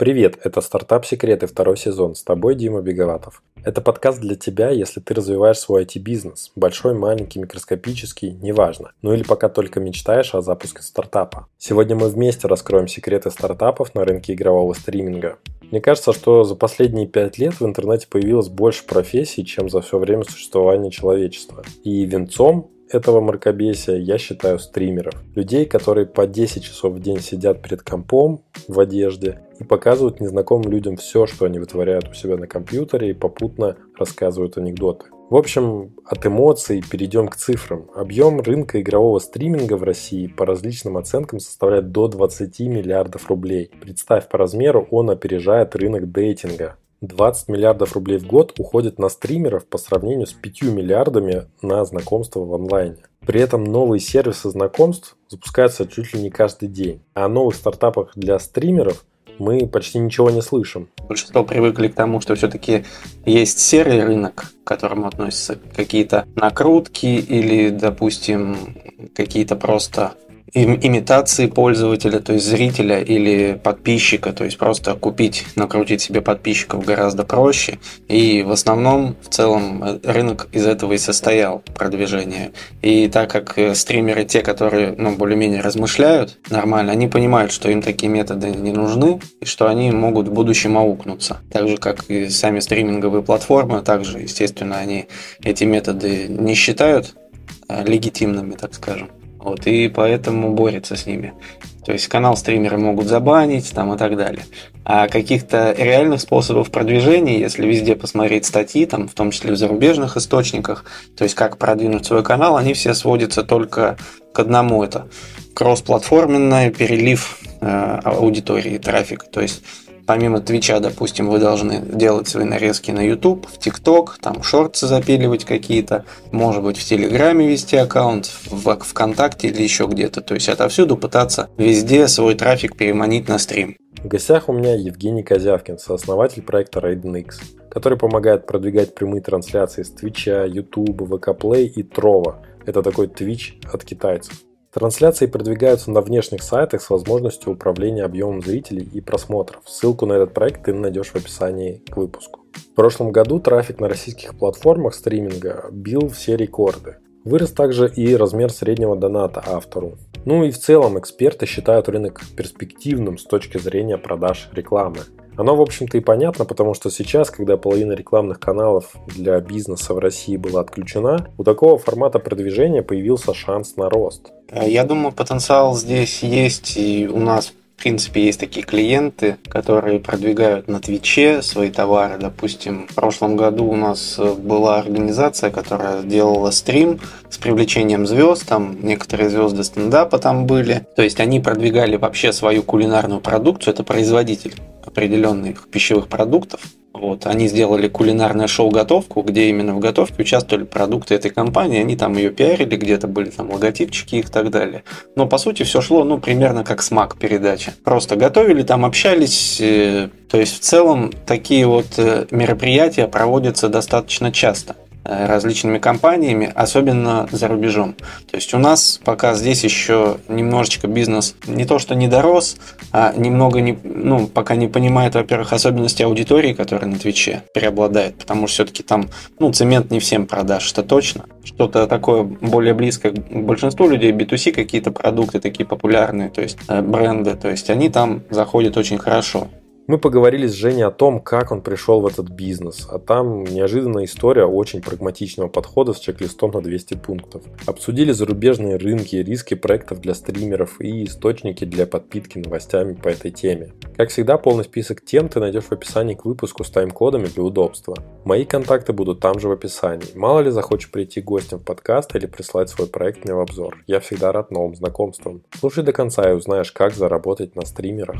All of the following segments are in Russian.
Привет, это «Стартап Секреты», второй сезон. С тобой Дима Беговатов. Это подкаст для тебя, если ты развиваешь свой IT-бизнес. Большой, маленький, микроскопический, неважно. Ну или пока только мечтаешь о запуске стартапа. Сегодня мы вместе раскроем секреты стартапов на рынке игрового стриминга. Мне кажется, что за последние 5 лет в интернете появилось больше профессий, чем за все время существования человечества. И венцом этого мракобесия я считаю стримеров. Людей, которые по 10 часов в день сидят перед компом в одежде и показывают незнакомым людям все, что они вытворяют у себя на компьютере, и попутно рассказывают анекдоты. В общем, от эмоций перейдем к цифрам. Объем рынка игрового стриминга в России по различным оценкам составляет до 20 миллиардов рублей. Представь, по размеру он опережает рынок дейтинга. 20 миллиардов рублей в год уходит на стримеров по сравнению с 5 миллиардами на знакомства в онлайне. При этом новые сервисы знакомств запускаются чуть ли не каждый день. А о новых стартапах для стримеров мы почти ничего не слышим. Большинство привыкли к тому, что все-таки есть серый рынок, к которому относятся какие-то накрутки или, допустим, какие-то просто имитации пользователя, то есть зрителя или подписчика, то есть просто купить, накрутить себе подписчиков гораздо проще. И в основном, в целом, рынок из этого и состоял, продвижение. И так как стримеры, те, которые более-менее размышляют нормально, они понимают, что им такие методы не нужны, и что они могут в будущем аукнуться. Так же, как и сами стриминговые платформы, также, естественно, они эти методы не считают легитимными, так скажем. И поэтому борются с ними. То есть канал стримеры могут забанить и так далее. А каких-то реальных способов продвижения, если везде посмотреть статьи, в том числе в зарубежных источниках, то есть как продвинуть свой канал, они все сводятся только к одному. Это кроссплатформенный перелив аудитории, трафика. То есть помимо Твича, допустим, вы должны делать свои нарезки на YouTube, в ТикТок, шорты запиливать какие-то, может быть, в Телеграме вести аккаунт, в ВКонтакте или еще где-то. То есть отовсюду пытаться везде свой трафик переманить на стрим. В гостях у меня Евгений Козявкин, сооснователь проекта RaidenX, который помогает продвигать прямые трансляции с Твича, YouTube, ВК Play и Trovo. Это такой Twitch от китайцев. Трансляции продвигаются на внешних сайтах с возможностью управления объемом зрителей и просмотров. Ссылку на этот проект ты найдешь в описании к выпуску. В прошлом году трафик на российских платформах стриминга бил все рекорды. Вырос также и размер среднего доната автору. И в целом эксперты считают рынок перспективным с точки зрения продаж рекламы. Оно, в общем-то, и понятно, потому что сейчас, когда половина рекламных каналов для бизнеса в России была отключена, у такого формата продвижения появился шанс на рост. Я думаю, потенциал здесь есть, и у нас, в принципе, есть такие клиенты, которые продвигают на Твиче свои товары. Допустим, в прошлом году у нас была организация, которая делала стрим с привлечением звезд, некоторые звезды стендапа там были. То есть они продвигали вообще свою кулинарную продукцию, это производитель определенных пищевых продуктов. Они сделали кулинарное шоу-готовку, где именно в готовке участвовали продукты этой компании, они ее пиарили, где-то были логотипчики и так далее. Но по сути все шло примерно как смак передача. Просто готовили, общались. То есть в целом такие мероприятия проводятся достаточно часто различными компаниями, особенно за рубежом. То есть у нас пока здесь еще немножечко бизнес не то что не дорос, а немного пока не понимает, во-первых, особенности аудитории, которая на Твиче преобладает, потому что все-таки цемент не всем продашь, это точно. Что-то такое более близкое к большинству людей, B2C какие-то продукты такие популярные, то есть бренды, то есть они там заходят очень хорошо. Мы поговорили с Женей о том, как он пришел в этот бизнес, а там неожиданная история очень прагматичного подхода с чек-листом на 200 пунктов. Обсудили зарубежные рынки, риски проектов для стримеров и источники для подпитки новостями по этой теме. Как всегда, полный список тем ты найдешь в описании к выпуску с тайм-кодами для удобства. Мои контакты будут там же в описании. Мало ли захочешь прийти гостем в подкаст или прислать свой проект мне в обзор. Я всегда рад новым знакомствам. Слушай до конца и узнаешь, как заработать на стримерах.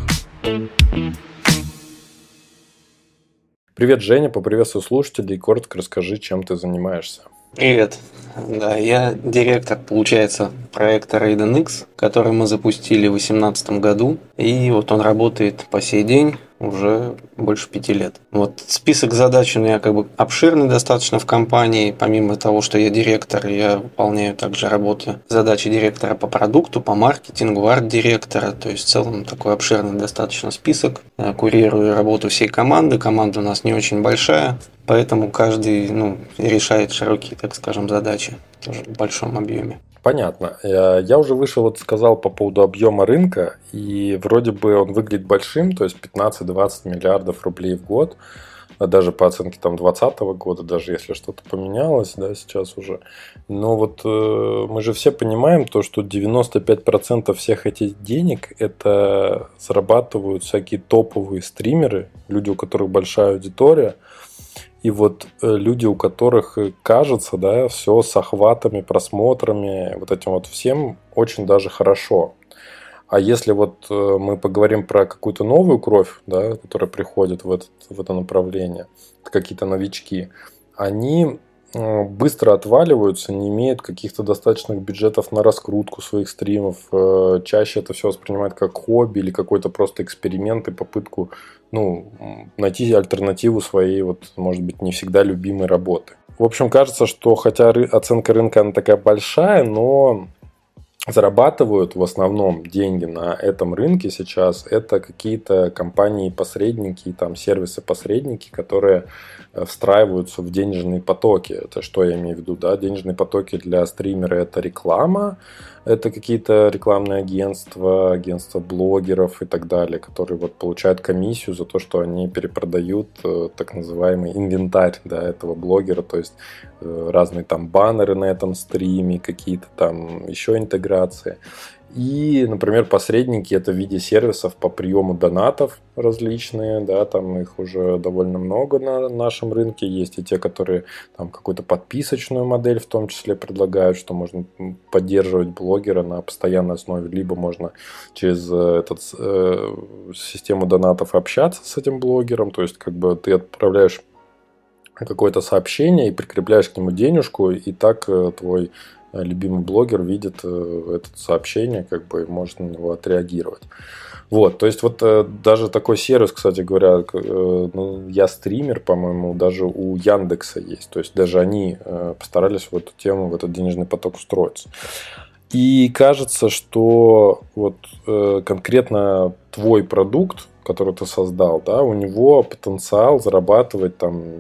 Привет, Женя, поприветствую слушателей и коротко расскажи, чем ты занимаешься. Привет. Да, я директор, получается, проекта RaidenX, который мы запустили в 2018 году. И он работает по сей день. уже больше 5 лет. Вот список задач у меня как бы обширный достаточно в компании. Помимо того, что я директор, я выполняю также работы, задачи директора по продукту, по маркетингу, арт-директора. То есть в целом такой обширный достаточно список. Я курирую работу всей команды. Команда у нас не очень большая, поэтому каждый решает широкие, так скажем, задачи тоже в большом объеме. Понятно. Я уже выше сказал по поводу объема рынка, и вроде бы он выглядит большим, то есть 15-20 миллиардов рублей в год, даже по оценке 2020 года, даже если что-то поменялось, да, сейчас уже. Но мы же все понимаем то, что 95% всех этих денег это зарабатывают всякие топовые стримеры, люди, у которых большая аудитория. И люди, у которых кажется, да, все с охватами, просмотрами, этим всем очень даже хорошо. А если мы поговорим про какую-то новую кровь, да, которая приходит в это направление, какие-то новички, они быстро отваливаются, не имеют каких-то достаточных бюджетов на раскрутку своих стримов, чаще это все воспринимают как хобби или какой-то просто эксперимент и попытку найти альтернативу своей, может быть, не всегда любимой работы. В общем, кажется, что хотя оценка рынка она такая большая, но зарабатывают в основном деньги на этом рынке сейчас это какие-то компании-посредники, сервисы-посредники, которые встраиваются в денежные потоки. Это что я имею в виду? Да? Денежные потоки для стримера – это реклама, это какие-то рекламные агентства, агентства блогеров и так далее, которые получают комиссию за то, что они перепродают так называемый инвентарь, да, этого блогера, то есть разные баннеры на этом стриме, какие-то еще интеграции. И, например, посредники это в виде сервисов по приему донатов различные, да, их уже довольно много на нашем рынке. Есть и те, которые какую-то подписочную модель в том числе предлагают, что можно поддерживать блогера на постоянной основе, либо можно через систему донатов общаться с этим блогером, то есть ты отправляешь какое-то сообщение и прикрепляешь к нему денежку, и так твой любимый блогер видит это сообщение, и может на него отреагировать. То есть даже такой сервис, кстати говоря, я стример, по-моему, даже у Яндекса есть. То есть даже они постарались в эту тему, в этот денежный поток устроиться. И кажется, что конкретно твой продукт, который ты создал, да, у него потенциал зарабатывать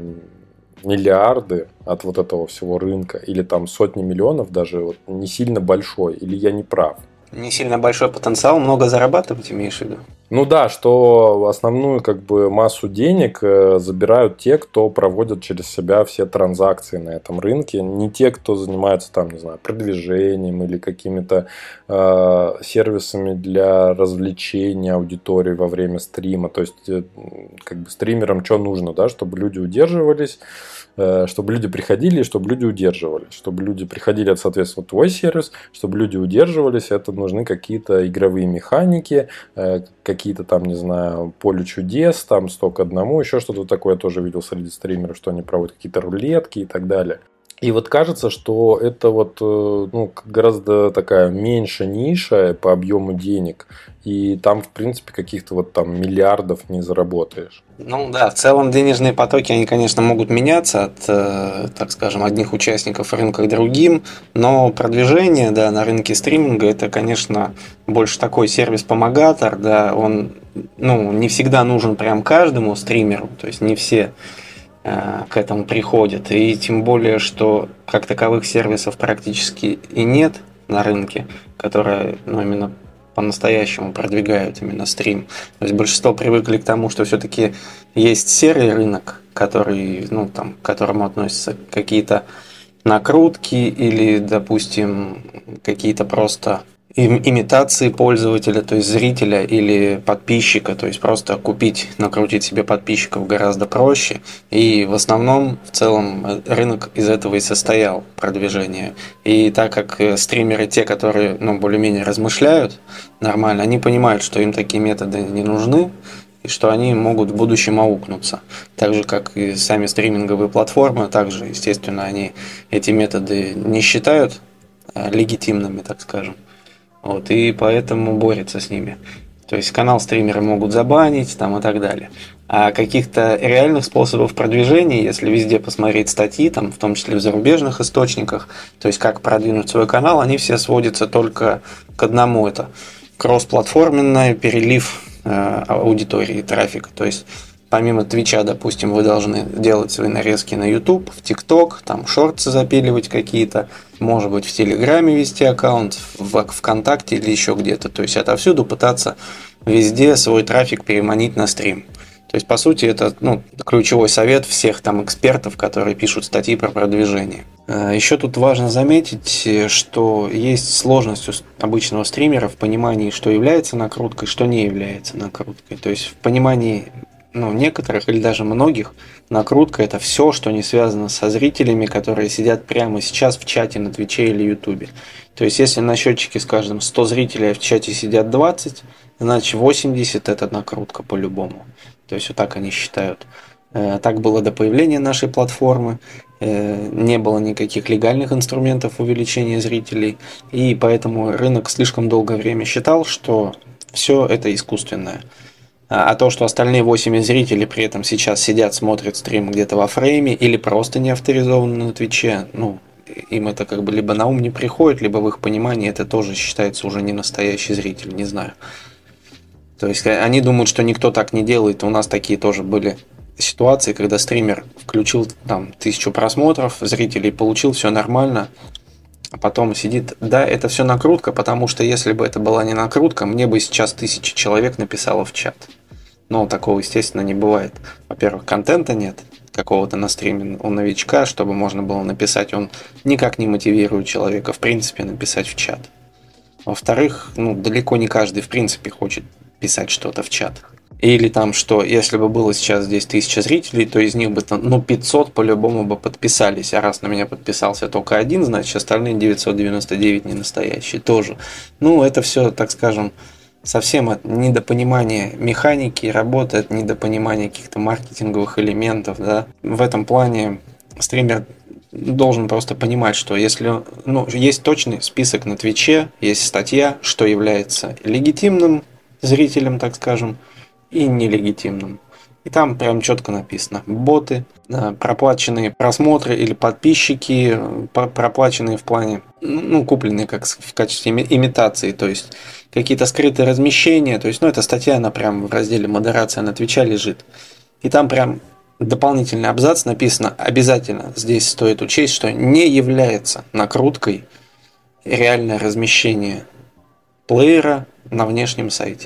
миллиарды от этого всего рынка, или сотни миллионов даже, не сильно большой, или я не прав? Не сильно большой потенциал, много зарабатывать, имеешь в виду? Ну да, что основную массу денег забирают те, кто проводят через себя все транзакции на этом рынке, не те, кто занимается продвижением или какими-то сервисами для развлечения аудитории во время стрима. То есть стримерам что нужно, да, чтобы люди удерживались, чтобы люди приходили и чтобы люди удерживались. Чтобы люди приходили, это, соответственно, твой сервис, чтобы люди удерживались, это нужны какие-то игровые механики, какие-то поле чудес, 100 к 1, еще что-то такое я тоже видел среди стримеров, что они проводят какие-то рулетки и так далее. И кажется, что это гораздо такая меньше ниша по объему денег, и в принципе, каких-то миллиардов не заработаешь. Ну да, в целом денежные потоки, они, конечно, могут меняться от, так скажем, одних участников рынка к другим, но продвижение, да, на рынке стриминга, это, конечно, больше такой сервис-помогатор, да, он, не всегда нужен прям каждому стримеру, то есть не все к этому приходят, и тем более, что как таковых сервисов практически и нет на рынке, которые, именно по-настоящему продвигают именно стрим. То есть большинство привыкли к тому, что все-таки есть серый рынок, который, к которому относятся какие-то накрутки или, допустим, какие-то просто имитации пользователя, то есть зрителя или подписчика, то есть просто накрутить себе подписчиков гораздо проще. И в основном, в целом, рынок из этого и состоял, продвижение. И так как стримеры, те, которые более-менее размышляют нормально, они понимают, что им такие методы не нужны, и что они могут в будущем аукнуться. Так же, как и сами стриминговые платформы, также, естественно, они эти методы не считают легитимными, так скажем. И поэтому борется с ними. То есть канал стримеры могут забанить там и так далее. А каких-то реальных способов продвижения, если везде посмотреть статьи, там, в том числе в зарубежных источниках, то есть как продвинуть свой канал, они все сводятся только к одному. Это кроссплатформенный перелив аудитории, трафика. То есть помимо Твича, допустим, вы должны делать свои нарезки на YouTube, в TikTok, там шорты запиливать какие-то, может быть, в Телеграме вести аккаунт, в ВКонтакте или еще где-то. То есть отовсюду пытаться везде свой трафик переманить на стрим. То есть, по сути, это ключевой совет всех там экспертов, которые пишут статьи про продвижение. Еще тут важно заметить, что есть сложность у обычного стримера в понимании, что является накруткой, что не является накруткой. То есть, в понимании некоторых или даже многих накрутка – это все, что не связано со зрителями, которые сидят прямо сейчас в чате на Твиче или Ютубе. То есть, если на счетчике, скажем, 100 зрителей, а в чате сидят 20, значит 80 – это накрутка по-любому. То есть, вот так они считают. Так было до появления нашей платформы. Не было никаких легальных инструментов увеличения зрителей. И поэтому рынок слишком долгое время считал, что все это искусственное. А то, что остальные 80 зрителей при этом сейчас сидят, смотрят стрим где-то во фрейме или просто не авторизованы на Твиче, им это как бы либо на ум не приходит, либо в их понимании это тоже считается уже не настоящий зритель, не знаю. То есть они думают, что никто так не делает. У нас такие тоже были ситуации, когда стример включил там 1000 просмотров, зрителей получил, все нормально, а потом сидит, да, это все накрутка, потому что если бы это была не накрутка, мне бы сейчас 1000 человек написало в чат. Но такого, естественно, не бывает. Во-первых, контента нет какого-то на стриме у новичка, чтобы можно было написать, он никак не мотивирует человека, в принципе, написать в чат. Во-вторых, далеко не каждый, в принципе, хочет писать что-то в чат. Или там, что если бы было сейчас здесь 1000 зрителей, то из них бы 500 по-любому бы подписались. А раз на меня подписался только один, значит остальные 999 не настоящие тоже. Это все, так скажем, совсем от недопонимания механики работы, от недопонимания каких-то маркетинговых элементов. Да? В этом плане стример должен просто понимать, что если есть точный список на Твиче, есть статья, что является легитимным зрителям, так скажем, и нелегитимным. И там прям четко написано: боты, проплаченные просмотры или подписчики, проплаченные в плане, купленные как в качестве имитации, то есть какие-то скрытые размещения. То есть, эта статья, она прям в разделе модерация на Твича лежит. И там прям дополнительный абзац написано: обязательно здесь стоит учесть, что не является накруткой реальное размещение плеера на внешнем сайте.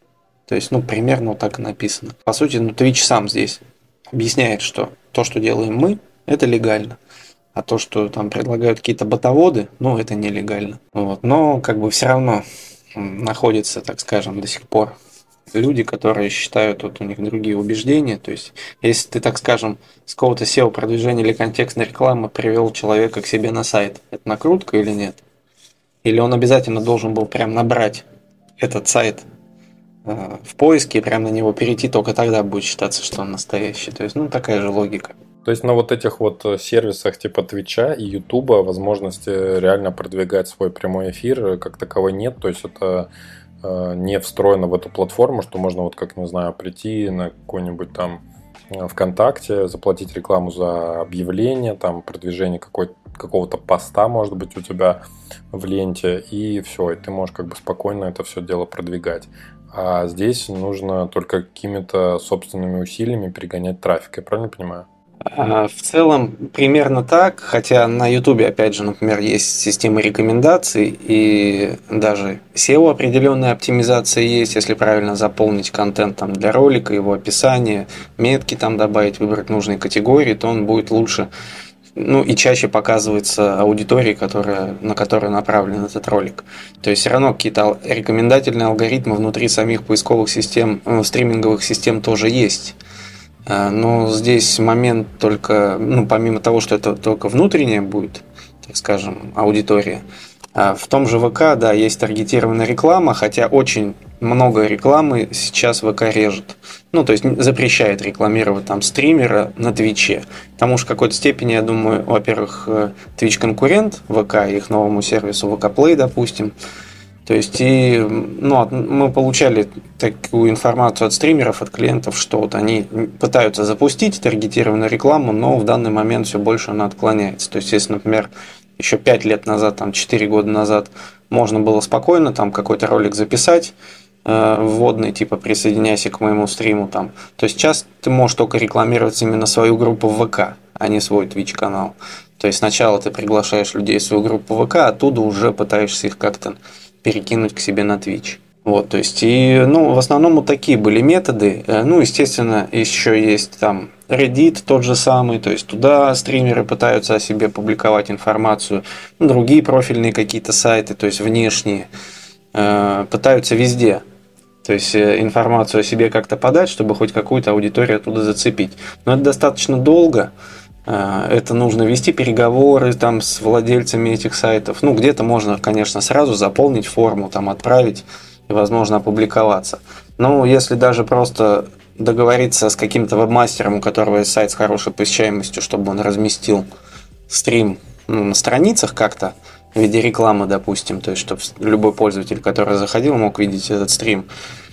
То есть, примерно так и написано. По сути, Twitch сам здесь объясняет, что то, что делаем мы, это легально. А то, что там предлагают какие-то ботоводы, это нелегально. Но все равно находятся, так скажем, до сих пор люди, которые считают, у них другие убеждения. То есть, если ты, так скажем, с какого-то SEO-продвижения или контекстной рекламы привел человека к себе на сайт, это накрутка или нет? Или он обязательно должен был прям набрать этот сайт в поиске и прям на него перейти, только тогда будет считаться, что он настоящий. То есть, такая же логика. То есть на вот этих сервисах типа Твича и Ютуба возможности реально продвигать свой прямой эфир как таковой нет. То есть это не встроено в эту платформу, что можно прийти на какой-нибудь там ВКонтакте, заплатить рекламу за объявление, там продвижение какого-то поста, может быть, у тебя в ленте, и все, и ты можешь спокойно это все дело продвигать. А здесь нужно только какими-то собственными усилиями перегонять трафик, я правильно понимаю? В целом примерно так, хотя на YouTube, опять же, например, есть система рекомендаций и даже SEO определенная оптимизация есть, если правильно заполнить контент там для ролика, его описание, метки там добавить, выбрать нужные категории, то он будет лучше, и чаще показывается аудитории, на которую направлен этот ролик. То есть все равно какие-то рекомендательные алгоритмы внутри самих поисковых систем, стриминговых систем тоже есть. Но здесь момент только, помимо того, что это только внутренняя будет, так скажем, аудитория, в том же ВК, да, есть таргетированная реклама, хотя очень много рекламы сейчас ВК режет. То есть запрещает рекламировать там стримера на Твиче. Потому что в какой-то степени, я думаю, во-первых, Twitch конкурент ВК, их новому сервису VK Play, допустим, То есть, мы получали такую информацию от стримеров, от клиентов, что вот они пытаются запустить таргетированную рекламу, но в данный момент все больше она отклоняется. То есть, если, например, еще 5 лет назад, 4 года назад можно было спокойно там какой-то ролик записать, вводный, типа присоединяйся к моему стриму там, то сейчас ты можешь только рекламировать именно свою группу в ВК, а не свой Twitch канал. То есть сначала ты приглашаешь людей в свою группу ВК, оттуда уже пытаешься их как-то перекинуть к себе на Twitch. Вот, то есть, в основном вот такие были методы. Естественно, еще есть там Reddit тот же самый, то есть туда стримеры пытаются о себе публиковать информацию, другие профильные какие-то сайты, то есть внешние, пытаются везде. То есть информацию о себе как-то подать, чтобы хоть какую-то аудиторию оттуда зацепить. Но это достаточно долго. Это нужно вести переговоры там с владельцами этих сайтов. Где-то можно, конечно, сразу заполнить форму, там отправить и, возможно, опубликоваться. Но если даже просто договориться с каким-то вебмастером, у которого есть сайт с хорошей посещаемостью, чтобы он разместил стрим на страницах как-то в виде рекламы, допустим, то есть чтобы любой пользователь, который заходил, мог видеть этот стрим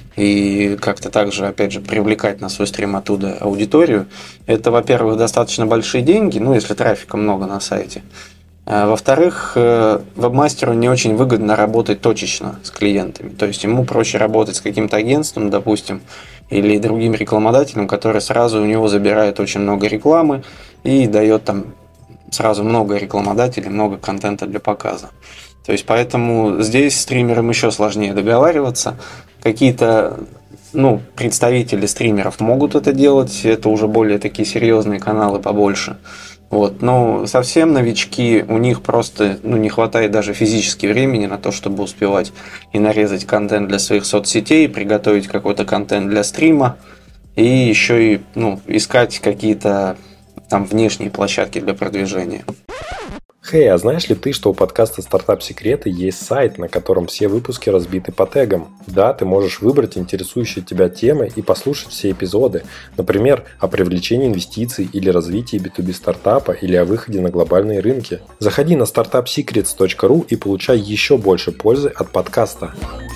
и как-то также, опять же, привлекать на свой стрим оттуда аудиторию. Это, во-первых, достаточно большие деньги, если трафика много на сайте. Во-вторых, вебмастеру не очень выгодно работать точечно с клиентами. То есть ему проще работать с каким-то агентством, допустим, или другим рекламодателем, который сразу у него забирает очень много рекламы и дает там сразу много рекламодателей, много контента для показа. То есть поэтому здесь стримерам еще сложнее договариваться. Какие-то представители стримеров могут это делать, это уже более такие серьезные каналы побольше. Вот. Но совсем новички, у них просто не хватает даже физически времени на то, чтобы успевать и нарезать контент для своих соцсетей, приготовить какой-то контент для стрима и еще и искать какие-то там внешние площадки для продвижения. А знаешь ли ты, что у подкаста «Стартап Секреты» есть сайт, на котором все выпуски разбиты по тегам? Да, ты можешь выбрать интересующие тебя темы и послушать все эпизоды. Например, о привлечении инвестиций или развитии B2B стартапа или о выходе на глобальные рынки. Заходи на startupsecrets.ru и получай еще больше пользы от подкаста.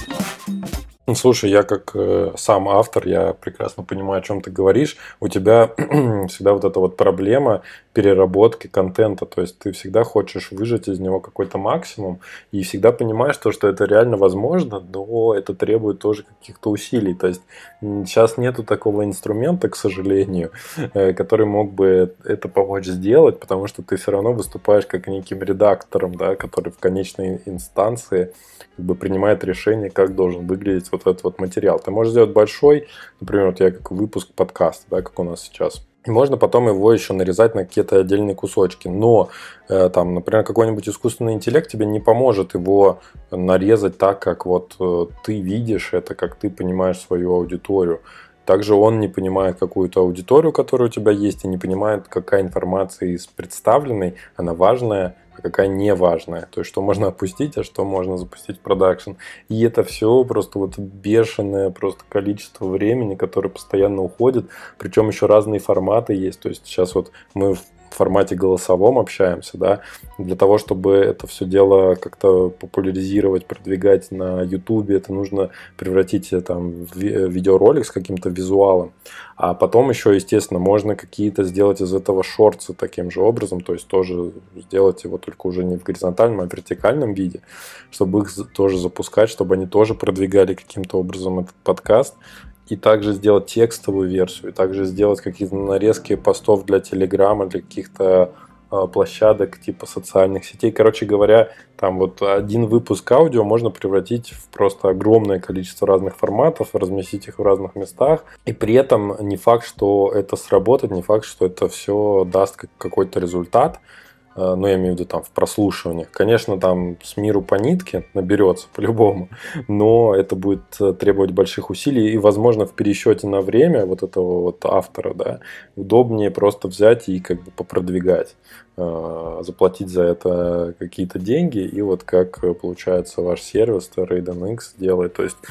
Слушай, я как сам автор, я прекрасно понимаю, о чем ты говоришь. У тебя всегда вот эта вот проблема переработки контента. То есть ты всегда хочешь выжать из него какой-то максимум и всегда понимаешь, что это реально возможно, но это требует тоже каких-то усилий. То есть сейчас нету такого инструмента, к сожалению, который мог бы это помочь сделать, потому что ты все равно выступаешь как неким редактором, да, который в конечной инстанции принимает решение, как должен выглядеть вот этот вот материал. Ты можешь сделать большой, например, вот я как выпуск подкаста, да, как у нас сейчас. И можно потом его еще нарезать на какие-то отдельные кусочки. Но, там, например, какой-нибудь искусственный интеллект тебе не поможет его нарезать так, как вот ты видишь это, как ты понимаешь свою аудиторию. Также он не понимает какую-то аудиторию, которая у тебя есть, и не понимает, какая информация из представленной, она важная, а какая не важная. То есть, что можно опустить, а что можно запустить в продакшн. И это все просто вот бешеное просто количество времени, которое постоянно уходит. Причем еще разные форматы есть. То есть, сейчас вот мы в формате голосовом общаемся, да, для того, чтобы это все дело как-то популяризировать, продвигать на YouTube, это нужно превратить там в видеоролик с каким-то визуалом, а потом еще, естественно, можно какие-то сделать из этого шортсы таким же образом, то есть тоже сделать его только уже не в горизонтальном, а в вертикальном виде, чтобы их тоже запускать, чтобы они тоже продвигали каким-то образом этот подкаст. И также сделать текстовую версию, и также сделать какие-то нарезки постов для Телеграма, для каких-то площадок типа социальных сетей. Короче говоря, там вот один выпуск аудио можно превратить в просто огромное количество разных форматов, разместить их в разных местах. И при этом не факт, что это сработает, не факт, что это все даст какой-то результат. Ну, я имею в виду там в прослушиваниях. Конечно, там с миру по нитке наберется по-любому, но это будет требовать больших усилий. И, возможно, в пересчете на время вот этого вот автора, да, удобнее просто взять и как бы попродвигать, заплатить за это какие-то деньги. И вот как получается ваш сервис Raiden X делает. То есть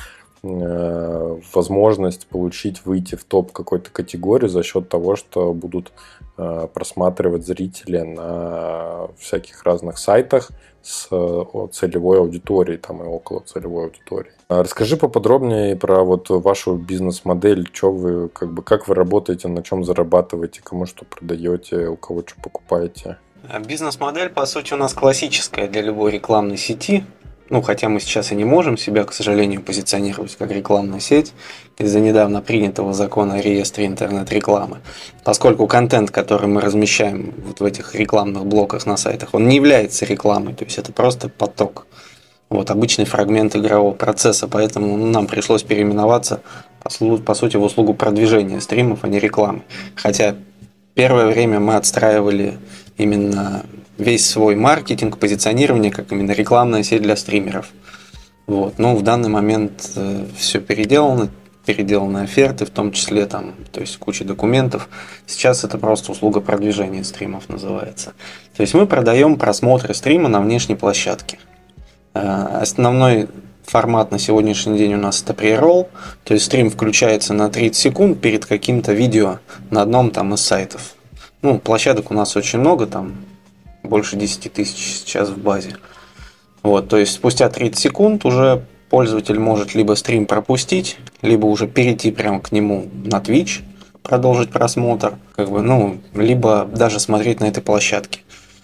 возможность выйти в топ какой-то категории за счет того, что будут просматривать зрители на всяких разных сайтах с целевой аудиторией там, и около целевой аудитории. Расскажи поподробнее про вашу бизнес-модель, как вы работаете, на чем зарабатываете, кому что продаете, у кого что покупаете. Бизнес-модель, по сути, у нас классическая для любой рекламной сети. Хотя мы сейчас и не можем себя, к сожалению, позиционировать как рекламная сеть из-за недавно принятого закона о реестре интернет-рекламы. Поскольку контент, который мы размещаем в этих рекламных блоках на сайтах, он не является рекламой, то есть это просто поток. Обычный фрагмент игрового процесса, поэтому нам пришлось переименоваться, по сути, в услугу продвижения стримов, а не рекламы. Хотя первое время мы отстраивали именно весь свой маркетинг, позиционирование, как именно рекламная сеть для стримеров. Но в данный момент все переделано, переделаны оферты, в том числе то есть куча документов. Сейчас это просто услуга продвижения стримов называется. То есть мы продаем просмотры стрима на внешней площадке. Основной формат на сегодняшний день у нас это pre-roll, то есть стрим включается на 30 секунд перед каким-то видео на одном из сайтов. Площадок у нас очень много, больше 10 тысяч сейчас в базе. То есть спустя 30 секунд уже пользователь может либо стрим пропустить, либо уже перейти прямо к нему на Twitch, продолжить просмотр, либо даже смотреть на этой площадке.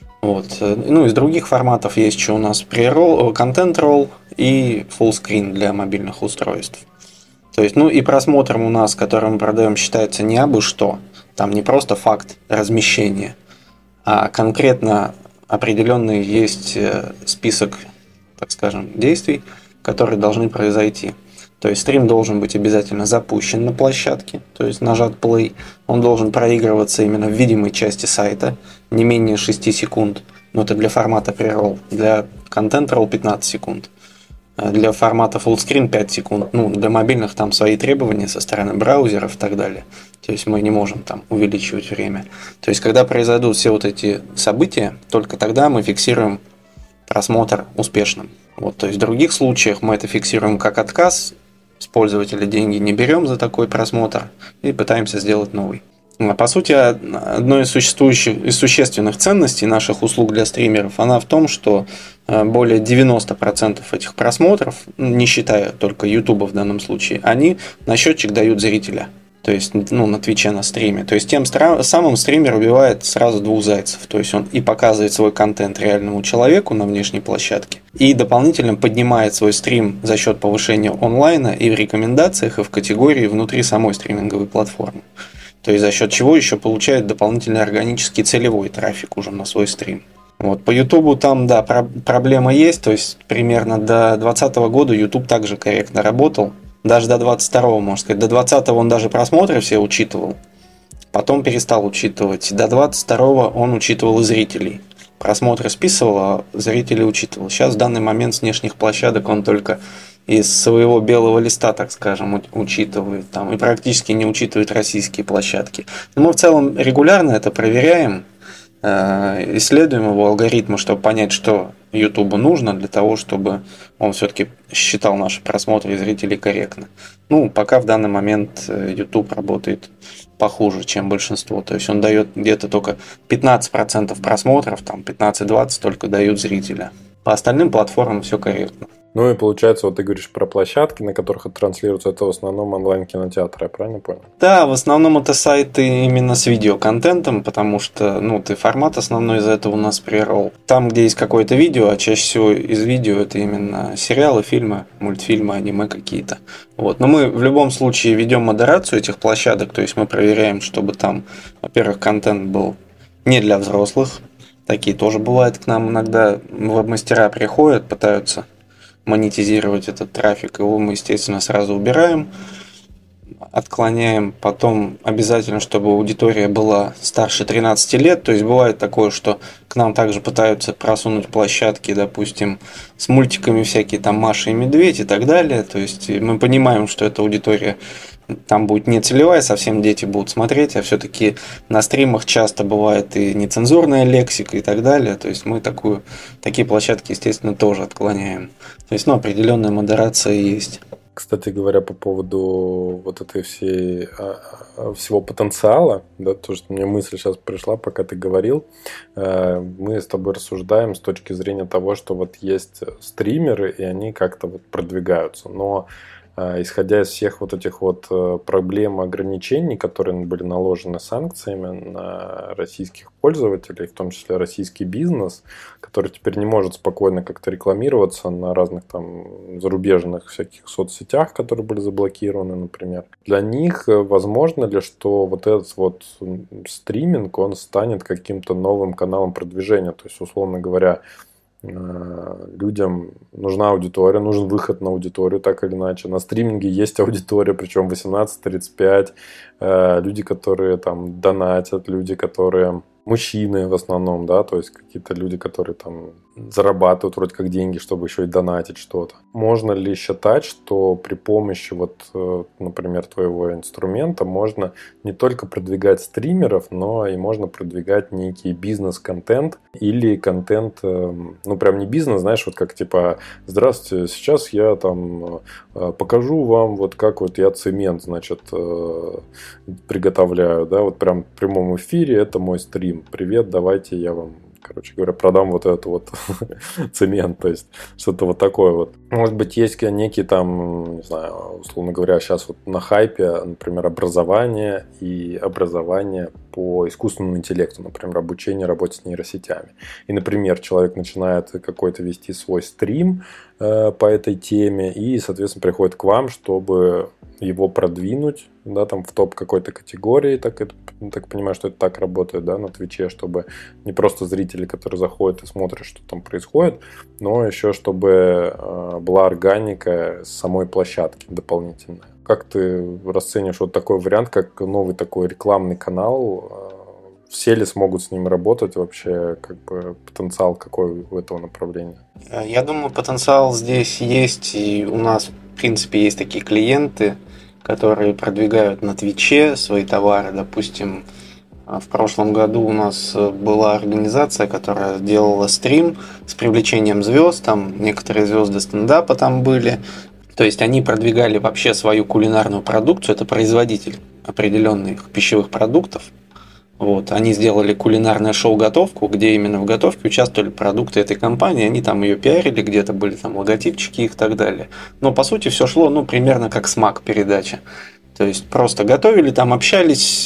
Из других форматов есть еще у нас pre-roll, content roll и full screen для мобильных устройств. То есть, и просмотром у нас, который мы продаем, считается не абы что. Там не просто факт размещения, а конкретно определенный есть список, так скажем, действий, которые должны произойти. То есть стрим должен быть обязательно запущен на площадке, то есть нажат play, он должен проигрываться именно в видимой части сайта, не менее 6 секунд, но это для формата pre-roll, для content roll 15 секунд. Для формата full screen 5 секунд. Для мобильных там свои требования со стороны браузеров и так далее. То есть мы не можем увеличивать время. То есть когда произойдут все эти события, только тогда мы фиксируем просмотр успешным. То есть в других случаях мы это фиксируем как отказ, с пользователя деньги не берем за такой просмотр и пытаемся сделать новый. По сути, одной из существенных ценностей наших услуг для стримеров, она в том, что более 90% этих просмотров, не считая только YouTube в данном случае, они на счетчик дают зрителя. То есть, на Твиче на стриме. То есть, тем самым стример убивает сразу двух зайцев. То есть, он и показывает свой контент реальному человеку на внешней площадке, и дополнительно поднимает свой стрим за счет повышения онлайна и в рекомендациях, и в категории внутри самой стриминговой платформы. То есть, за счет чего еще получает дополнительный органический целевой трафик уже на свой стрим. По YouTube там, да, проблема есть. То есть, примерно до 2020 года YouTube также корректно работал. Даже до 22-го, можно сказать. До 20-го он даже просмотры все учитывал. Потом перестал учитывать. До 22-го он учитывал и зрителей. Просмотры списывал, а зрителей учитывал. Сейчас в данный момент с внешних площадок он только из своего белого листа, так скажем, учитывает. И практически не учитывает российские площадки. Но мы в целом регулярно это проверяем. Исследуем его алгоритмы, чтобы понять, что YouTube нужно для того, чтобы он все-таки считал наши просмотры и зрителей корректно. Пока в данный момент YouTube работает похуже, чем большинство. То есть он дает где-то только 15% просмотров, 15-20% только дают зрителя. По остальным платформам все корректно. И получается, ты говоришь про площадки, на которых это транслируется, это в основном онлайн-кинотеатры, я правильно понял? Да, в основном это сайты именно с видеоконтентом, потому что, формат основной из этого у нас pre-roll. Там, где есть какое-то видео, а чаще всего из видео это именно сериалы, фильмы, мультфильмы, аниме какие-то. Но мы в любом случае ведем модерацию этих площадок, то есть мы проверяем, чтобы там, во-первых, контент был не для взрослых. Такие тоже бывают к нам иногда. Веб-мастера приходят, пытаются монетизировать этот трафик, его мы, естественно, сразу убираем, отклоняем. Потом обязательно, чтобы аудитория была старше 13 лет. То есть бывает такое, что к нам также пытаются просунуть площадки, допустим, с мультиками всякие, Маша и Медведь и так далее. То есть мы понимаем, что эта аудитория там будет не целевая, совсем дети будут смотреть, а все-таки на стримах часто бывает и нецензурная лексика и так далее. То есть мы такие площадки, естественно, тоже отклоняем. То есть, определенная модерация есть. Кстати говоря, по поводу вот этой всего потенциала, да, то, что мне мысль сейчас пришла, пока ты говорил, мы с тобой рассуждаем с точки зрения того, что вот есть стримеры, и они как-то вот продвигаются. Но исходя из всех вот этих вот проблем и ограничений, которые были наложены санкциями на российских пользователей, в том числе российский бизнес, который теперь не может спокойно как-то рекламироваться на разных там зарубежных всяких соцсетях, которые были заблокированы, например. Для них возможно ли, что вот этот вот стриминг, он станет каким-то новым каналом продвижения? То есть, условно говоря, людям нужна аудитория, нужен выход на аудиторию, так или иначе. На стриминге есть аудитория, причем 18-35, люди, которые там донатят, люди, которые мужчины в основном, да, то есть какие-то люди, которые там зарабатывают вроде как деньги, чтобы еще и донатить что-то. Можно ли считать, что при помощи вот, например, твоего инструмента можно не только продвигать стримеров, но и можно продвигать некий бизнес-контент или контент, ну прям не бизнес, знаешь, вот как типа здравствуйте, сейчас я там покажу вам вот как вот я цемент, значит, приготовляю, да, вот прям в прямом эфире, это мой стрим. Привет, давайте я вам, короче говоря, продам вот этот вот цемент, то есть что-то вот такое вот. Может быть, есть некий там, не знаю, условно говоря, сейчас вот на хайпе, например, образование по искусственному интеллекту, например, обучение работе с нейросетями. И, например, человек начинает какой-то вести свой стрим по этой теме и, соответственно, приходит к вам, чтобы его продвинуть, да, там в топ какой-то категории, так понимаю, что это так работает, да, на Твиче, чтобы не просто зрители, которые заходят и смотрят, что там происходит, но еще чтобы была органика самой площадки дополнительная. Как ты расцениваешь вот такой вариант, как новый такой рекламный канал? Все ли смогут с ним работать вообще? Как бы потенциал какой у этого направления? Я думаю, потенциал здесь есть, и у нас, в принципе, есть такие клиенты, которые продвигают на Твиче свои товары. Допустим, в прошлом году у нас была организация, которая делала стрим с привлечением звезд. Там некоторые звезды стендапа там были. То есть они продвигали вообще свою кулинарную продукцию. Это производитель определенных пищевых продуктов. Вот, они сделали кулинарное шоу-готовку, где именно в готовке участвовали продукты этой компании, они там ее пиарили, где-то были там логотипчики их и так далее. Но по сути все шло, ну, примерно как смак передача. То есть просто готовили, там общались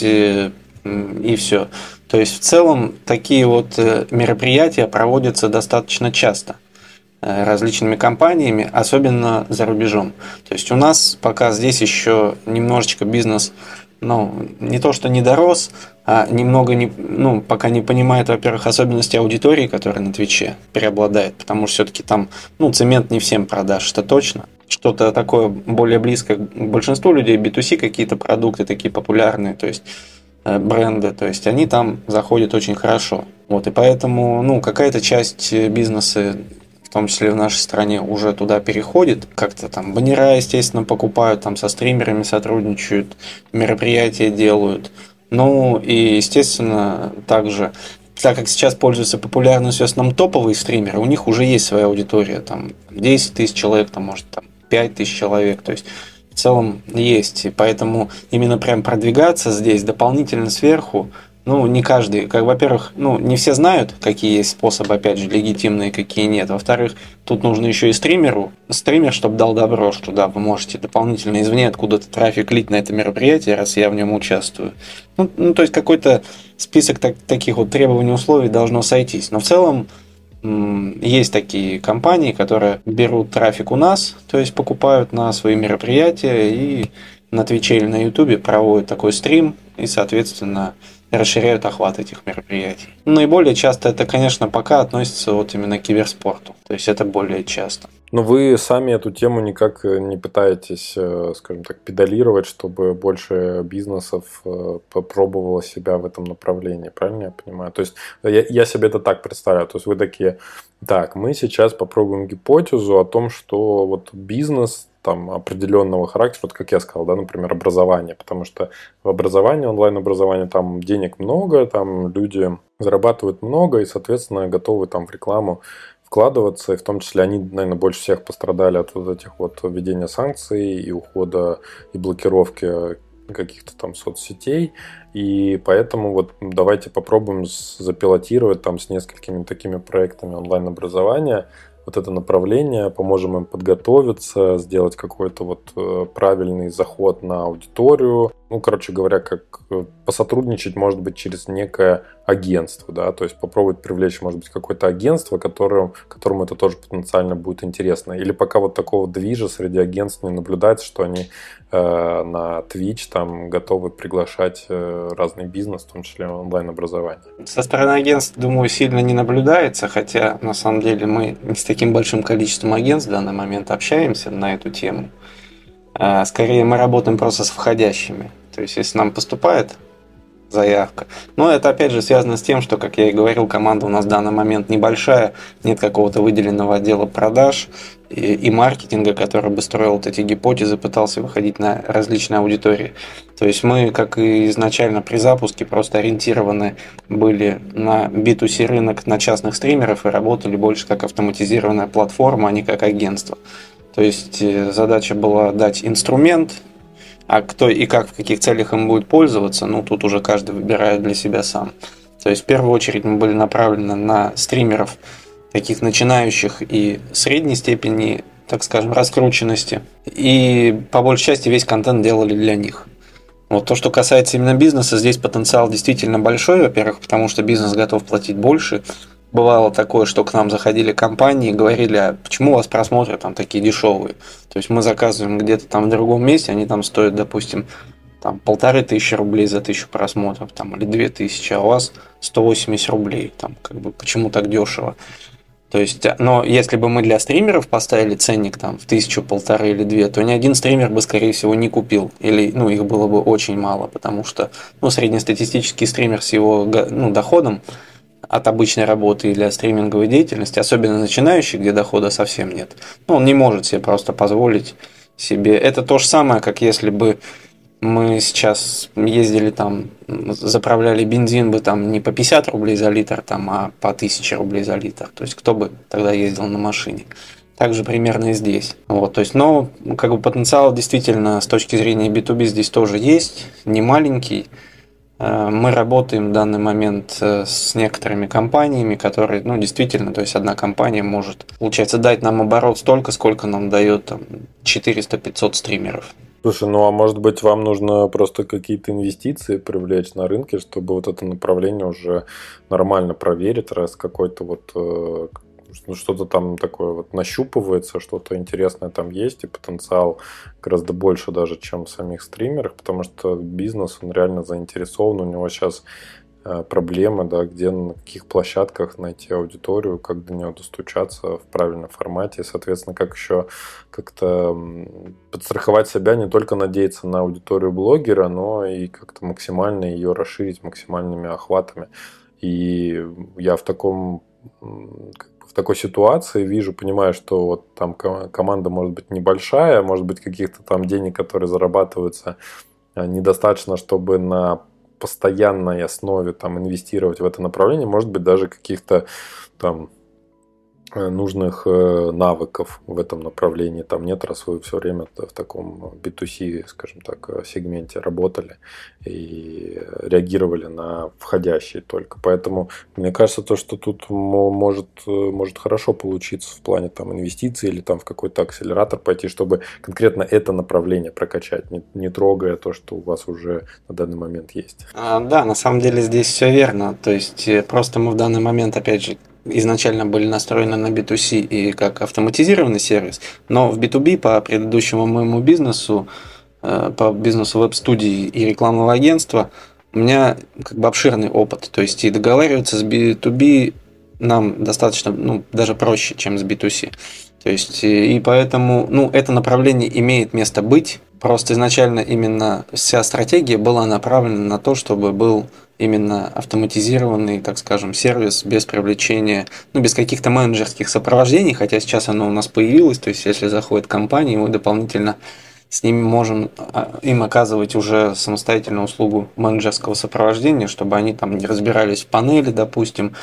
и все. То есть в целом такие вот мероприятия проводятся достаточно часто различными компаниями, особенно за рубежом. То есть у нас пока здесь еще немножечко бизнес, ну, не то что не дорос, а немного пока не понимает, во-первых, особенности аудитории, которая на Твиче преобладает, потому что все-таки там, цемент не всем продашь, это точно. Что-то такое более близкое к большинству людей, B2C какие-то продукты такие популярные, то есть бренды, то есть они там заходят очень хорошо. Вот, и поэтому, какая-то часть бизнеса, в том числе в нашей стране, уже туда переходит. Как-то там баннера, естественно, покупают, там со стримерами сотрудничают, мероприятия делают. Ну и, естественно, также, так как сейчас пользуются популярностью в основном топовые стримеры, у них уже есть своя аудитория, там 10 тысяч человек, там, может, там 5 тысяч человек, то есть в целом есть. И поэтому именно прям продвигаться здесь дополнительно сверху, не каждый, во-первых, не все знают, какие есть способы, опять же, легитимные, какие нет. Во-вторых, тут нужно еще и стример, чтобы дал добро, что да, вы можете дополнительно извне откуда-то трафик лить на это мероприятие, раз я в нем участвую. То есть какой-то список таких вот требований, условий должно сойтись. Но в целом есть такие компании, которые берут трафик у нас, то есть покупают на свои мероприятия и на Твиче или на Ютубе проводят такой стрим и, соответственно, расширяют охват этих мероприятий. Наиболее часто это, конечно, пока относится вот именно к киберспорту. То есть это более часто. Но вы сами эту тему никак не пытаетесь, скажем так, педалировать, чтобы больше бизнесов попробовало себя в этом направлении, правильно я понимаю? То есть я себе это так представляю. То есть вы такие, так, мы сейчас попробуем гипотезу о том, что вот бизнес там определенного характера, вот как я сказал, да, например, образование, потому что в образовании, онлайн-образовании там денег много, там люди зарабатывают много и, соответственно, готовы там в рекламу вкладываться, и в том числе они, наверное, больше всех пострадали от вот этих вот введения санкций и ухода и блокировки каких-то там соцсетей, и поэтому вот давайте попробуем запилотировать там с несколькими такими проектами онлайн-образования вот это направление, поможем им подготовиться, сделать какой-то вот правильный заход на аудиторию. Ну, короче говоря, как посотрудничать, может быть, через некое агентство, да, то есть попробовать привлечь, может быть, какое-то агентство, которому это тоже потенциально будет интересно. Или пока вот такого движа среди агентств не наблюдается, что они на Twitch там готовы приглашать разный бизнес, в том числе онлайн-образование. Со стороны агентств, думаю, сильно не наблюдается, хотя на самом деле мы не с таким большим количеством агентств в данный момент общаемся на эту тему. Скорее мы работаем просто с входящими. То есть если нам поступает заявка. Но это опять же связано с тем, что, как я и говорил, команда у нас в данный момент небольшая, нет какого-то выделенного отдела продаж и маркетинга, который бы строил вот эти гипотезы, пытался выходить на различные аудитории. То есть мы, как и изначально при запуске, просто ориентированы были на B2C рынок, на частных стримеров и работали больше как автоматизированная платформа, а не как агентство. То есть задача была дать инструмент, а кто и как, в каких целях им будет пользоваться, ну, тут уже каждый выбирает для себя сам. То есть, в первую очередь, мы были направлены на стримеров, таких начинающих и средней степени, так скажем, раскрученности. И, по большей части, весь контент делали для них. Вот то, что касается именно бизнеса, здесь потенциал действительно большой, во-первых, потому что бизнес готов платить больше. Бывало такое, что к нам заходили компании и говорили, а почему у вас просмотры там такие дешевые? То есть мы заказываем где-то там в другом месте, они там стоят, допустим, там 1500 рублей за 1000 просмотров, там, или 2000, а у вас 180 рублей, там, как бы, почему так дешево? То есть, но если бы мы для стримеров поставили ценник там в 1000, 1500 или 2, то ни один стример бы, скорее всего, не купил. Или, ну, их было бы очень мало, потому что, ну, среднестатистический стример с его, ну, доходом от обычной работы или от стриминговой деятельности, особенно начинающий, где дохода совсем нет, ну, он не может себе просто позволить себе. Это то же самое, как если бы мы сейчас ездили там, заправляли бензин бы там не по 50 рублей за литр, там, а по 1000 рублей за литр. То есть кто бы тогда ездил на машине? Также примерно и здесь. Вот, то есть, но как бы потенциал действительно с точки зрения B2B здесь тоже есть, не маленький. Мы работаем в данный момент с некоторыми компаниями, которые, ну, действительно, то есть одна компания может, получается, дать нам оборот столько, сколько нам дает там 400-500 стримеров. Слушай, ну а может быть вам нужно просто какие-то инвестиции привлечь на рынке, чтобы вот это направление уже нормально проверить, раз какой-то вот что-то там такое вот нащупывается, что-то интересное там есть, и потенциал гораздо больше даже, чем в самих стримерах, потому что бизнес, он реально заинтересован, у него сейчас проблемы, да, где на каких площадках найти аудиторию, как до нее достучаться в правильном формате, и, соответственно, как еще как-то подстраховать себя, не только надеяться на аудиторию блогера, но и как-то максимально ее расширить максимальными охватами. И я в такой ситуации вижу, понимаю, что вот там команда может быть небольшая, может быть каких-то там денег, которые зарабатываются, недостаточно, чтобы на постоянной основе там инвестировать в это направление, может быть даже каких-то там нужных навыков в этом направлении там нет, раз вы все время в таком B2C, скажем так, сегменте работали и реагировали на входящие только. Поэтому мне кажется, то, что тут может хорошо получиться в плане там инвестиций или там в какой-то акселератор пойти, чтобы конкретно это направление прокачать, не трогая то, что у вас уже на данный момент есть. Да, на самом деле здесь все верно. То есть просто мы в данный момент, опять же, изначально были настроены на B2C и как автоматизированный сервис, но в B2B по предыдущему моему бизнесу, по бизнесу веб-студии и рекламного агентства, у меня как бы обширный опыт. То есть и договариваться с B2B нам достаточно, ну, даже проще, чем с B2C. То есть и поэтому, ну, это направление имеет место быть. Просто изначально именно вся стратегия была направлена на то, чтобы был именно автоматизированный, так скажем, сервис без привлечения, ну, без каких-то менеджерских сопровождений, хотя сейчас оно у нас появилось, то есть если заходит компания, мы дополнительно с ними можем им оказывать уже самостоятельную услугу менеджерского сопровождения, чтобы они там не разбирались в панели, допустим,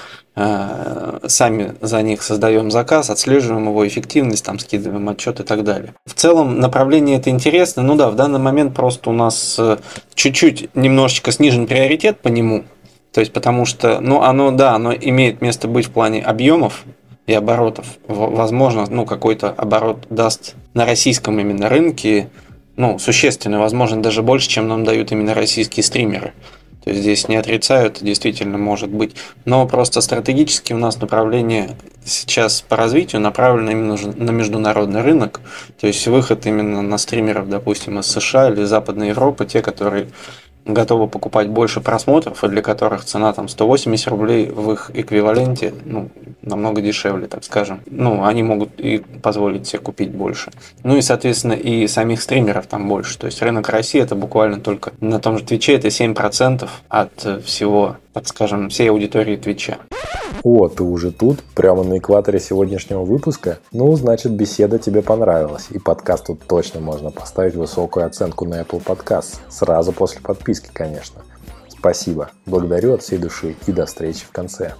сами за них создаем заказ, отслеживаем его эффективность, там скидываем отчет и так далее. В целом направление это интересно. Ну да, в данный момент просто у нас чуть-чуть немножечко снижен приоритет по нему. То есть потому что, ну оно имеет место быть в плане объемов и оборотов. Возможно, какой-то оборот даст на российском именно рынке, существенно, возможно, даже больше, чем нам дают именно российские стримеры. То есть здесь не отрицаю, это действительно может быть. Но просто стратегически у нас направление сейчас по развитию направлено именно на международный рынок. То есть выход именно на стримеров, допустим, из США или Западной Европы, те, которые готовы покупать больше просмотров, и для которых цена там 180 рублей в их эквиваленте, намного дешевле, так скажем. Они могут и позволить себе купить больше. И, соответственно, и самих стримеров там больше. То есть рынок России это буквально только на том же Твиче это 7% от всего, так скажем, всей аудитории Твича. О, ты уже тут, прямо на экваторе сегодняшнего выпуска? Значит, беседа тебе понравилась, и подкасту точно можно поставить высокую оценку на Apple Podcast, сразу после подписки, конечно. Спасибо, благодарю от всей души, и до встречи в конце.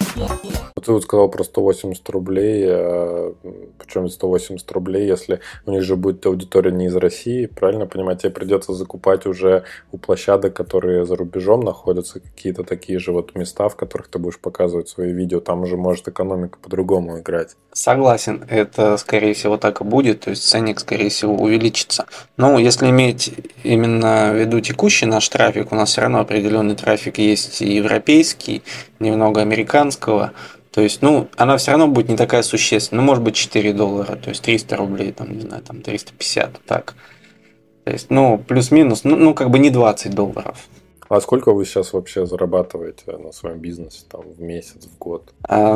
Ты вот сказал про 180 рублей, причем 180 рублей, если у них же будет аудитория не из России, правильно понимать, тебе придется закупать уже у площадок, которые за рубежом находятся, какие-то такие же вот места, в которых ты будешь показывать свои видео, там уже может экономика по-другому играть. Согласен, это скорее всего так и будет, то есть ценник скорее всего увеличится. Но если иметь именно в виду текущий наш трафик, у нас все равно определенный трафик есть и европейский, немного американского. То есть, она все равно будет не такая существенная. Может быть, $4, то есть 300 рублей, там, не знаю, там 350, так. То есть, плюс-минус, не $20. А сколько вы сейчас вообще зарабатываете на своем бизнесе, там, в месяц, в год?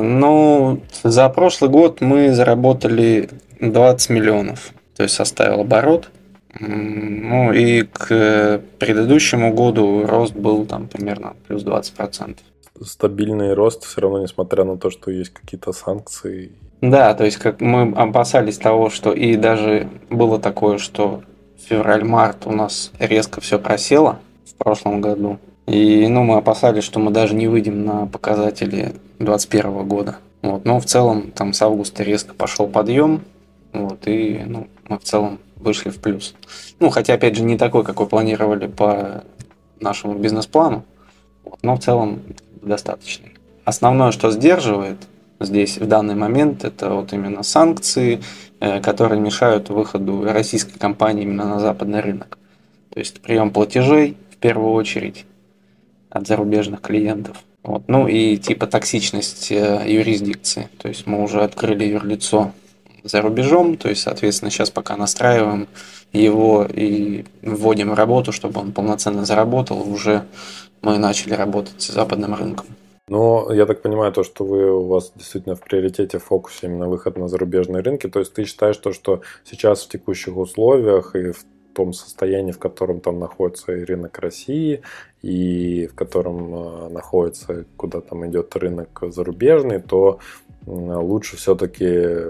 За прошлый год мы заработали 20 миллионов, то есть составил оборот. И к предыдущему году рост был там примерно плюс 20%. Стабильный рост, все равно, несмотря на то, что есть какие-то санкции. Да, то есть как мы опасались того, что и даже было такое, что февраль-март у нас резко все просело в прошлом году. И мы опасались, что мы даже не выйдем на показатели 2021 года. Но в целом там с августа резко пошел подъем. И мы в целом вышли в плюс. Хотя, опять же, не такой, какой планировали по нашему бизнес-плану. Но в целом достаточный. Основное, что сдерживает здесь в данный момент, это вот именно санкции, которые мешают выходу российской компании именно на западный рынок. То есть прием платежей в первую очередь от зарубежных клиентов. И типа токсичность юрисдикции. То есть мы уже открыли юрлицо за рубежом, то есть, соответственно, сейчас пока настраиваем его и вводим в работу, чтобы он полноценно заработал, уже мы начали работать с западным рынком. Я так понимаю, то, что у вас действительно в приоритете, в фокусе именно выход на зарубежные рынки. То есть ты считаешь, что сейчас в текущих условиях и в том состоянии, в котором там находится и рынок России, и в котором находится, куда там идет рынок зарубежный, то лучше все-таки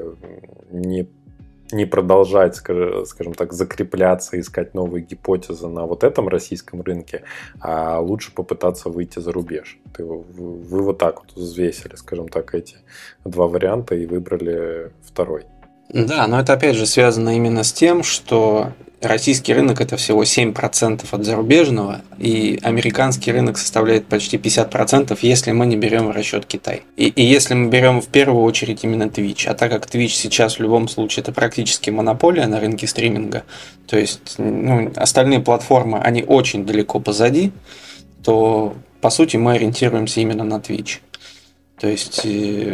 не продолжать, скажем так, закрепляться, искать новые гипотезы на вот этом российском рынке, а лучше попытаться выйти за рубеж. Вы вот так вот взвесили, скажем так, эти два варианта и выбрали второй. Да, но это опять же связано именно с тем, что российский рынок это всего 7% от зарубежного, и американский рынок составляет почти 50%, если мы не берем в расчет Китай. И если мы берем в первую очередь именно Twitch, а так как Twitch сейчас в любом случае это практически монополия на рынке стриминга, то есть остальные платформы, они очень далеко позади, то по сути мы ориентируемся именно на Twitch. То есть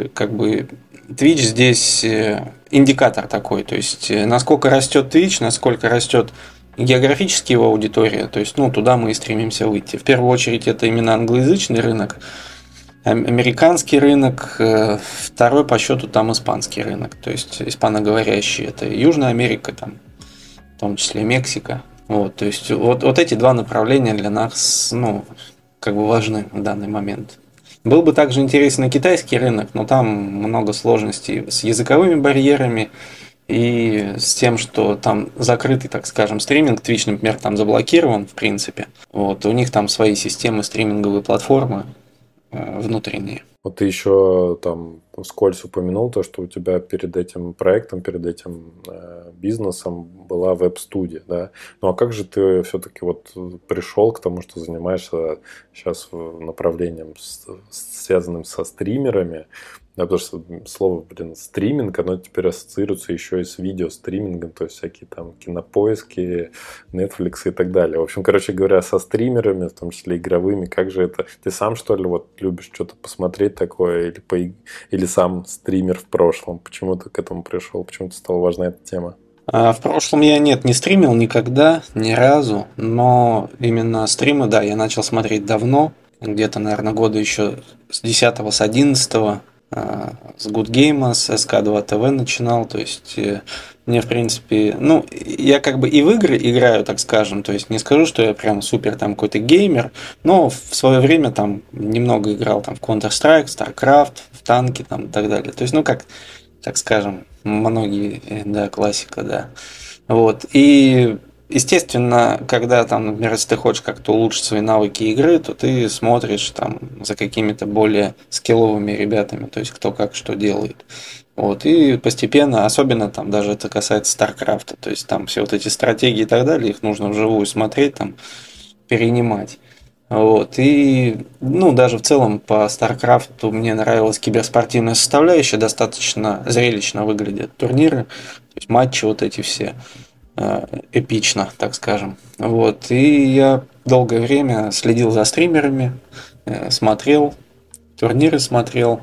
Twitch здесь индикатор такой, то есть насколько растет Twitch, насколько растет географически его аудитория, то есть туда мы и стремимся выйти. В первую очередь это именно англоязычный рынок, американский рынок, второй по счету там испанский рынок, то есть испаноговорящий, это Южная Америка, там, в том числе Мексика. То есть вот эти два направления для нас важны в данный момент. Был бы также интересен и китайский рынок, но там много сложностей с языковыми барьерами и с тем, что там закрытый, так скажем, стриминг, Twitch, например, там заблокирован, в принципе. Вот, у них там свои системы, стриминговые платформы внутренние. Вот ты еще там вскользь упомянул то, что у тебя перед этим проектом, перед этим бизнесом была веб-студия, да? Ну а как же ты все-таки вот пришел к тому, что занимаешься сейчас направлением, связанным со стримерами? Да, потому что слово, стриминг, оно теперь ассоциируется еще и с видеостримингом, то есть всякие там кинопоиски, Netflix и так далее. В общем, короче говоря, со стримерами, в том числе игровыми, как же это? Ты сам, что ли, вот любишь что-то посмотреть такое или сам стример в прошлом? Почему ты к этому пришел? Почему тебе стала важна эта тема? В прошлом я не стримил никогда, ни разу, но именно стримы, да, я начал смотреть давно, где-то, наверное, года еще с 10-го, с 11-го, с Good Game, с SK2 TV начинал, то есть мне, в принципе, ну, я как бы и в игры играю, так скажем, то есть не скажу, что я прям супер там какой-то геймер, но в свое время там немного играл там в Counter-Strike, StarCraft, в танки там и так далее, то есть, ну, как, так скажем, многие, да, классика, да, вот, и естественно, когда там, например, если ты хочешь как-то улучшить свои навыки игры, то ты смотришь там за какими-то более скилловыми ребятами, то есть кто как что делает. Вот, и постепенно, особенно там даже это касается Старкрафта, то есть там все вот эти стратегии и так далее, их нужно вживую смотреть, там, перенимать. Вот, и, ну, даже в целом по Старкрафту мне нравилась киберспортивная составляющая, достаточно зрелищно выглядят турниры, то есть матчи вот эти все эпично, так скажем. Вот. И я долгое время следил за стримерами, смотрел, турниры смотрел,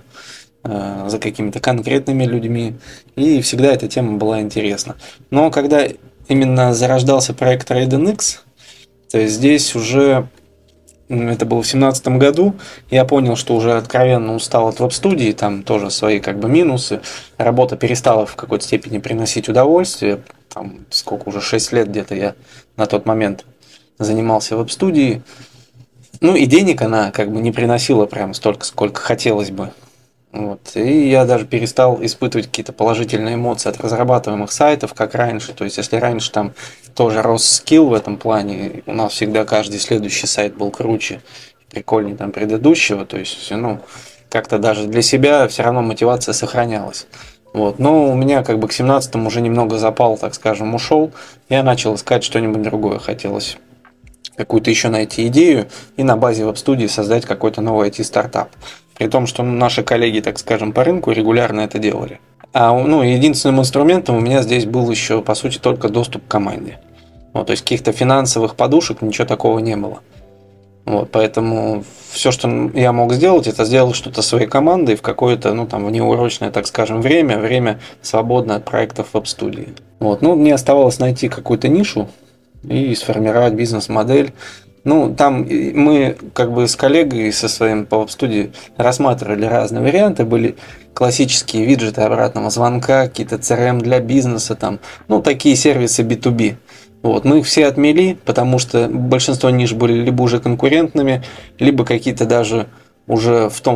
за какими-то конкретными людьми, и всегда эта тема была интересна. Но когда именно зарождался проект Raiden X, то есть здесь уже это было в 2017 году, я понял, что уже откровенно устал от веб-студии, там тоже свои как бы минусы, работа перестала в какой-то степени приносить удовольствие, там сколько уже, 6 лет где-то я на тот момент занимался веб-студией, ну и денег она как бы не приносила прям столько, сколько хотелось бы. Вот. И я даже перестал испытывать какие-то положительные эмоции от разрабатываемых сайтов, как раньше. То есть, если раньше там тоже рос скилл в этом плане, у нас всегда каждый следующий сайт был круче, прикольнее там предыдущего. То есть, ну, как-то даже для себя все равно мотивация сохранялась. Вот. Но у меня как бы к 17-му уже немного запал, так скажем, ушел. Я начал искать что-нибудь другое. Хотелось какую-то еще найти идею и на базе веб-студии создать какой-то новый IT-стартап. При том, что наши коллеги, так скажем, по рынку регулярно это делали. Ну, единственным инструментом у меня здесь был еще, по сути, только доступ к команде. Вот, то есть каких-то финансовых подушек, ничего такого не было. Вот, поэтому все, что я мог сделать, это сделать что-то своей командой в какое-то, ну, там, внеурочное, так скажем, время свободное от проектов веб-студии. Вот, ну, мне оставалось найти какую-то нишу и сформировать бизнес-модель. Ну, там мы как бы с коллегой со своим по веб-студии рассматривали разные варианты. Были классические виджеты обратного звонка, какие-то CRM для бизнеса, там, ну, такие сервисы B2B. Вот, мы их все отмели, потому что большинство ниш были либо уже конкурентными, либо какие-то даже уже в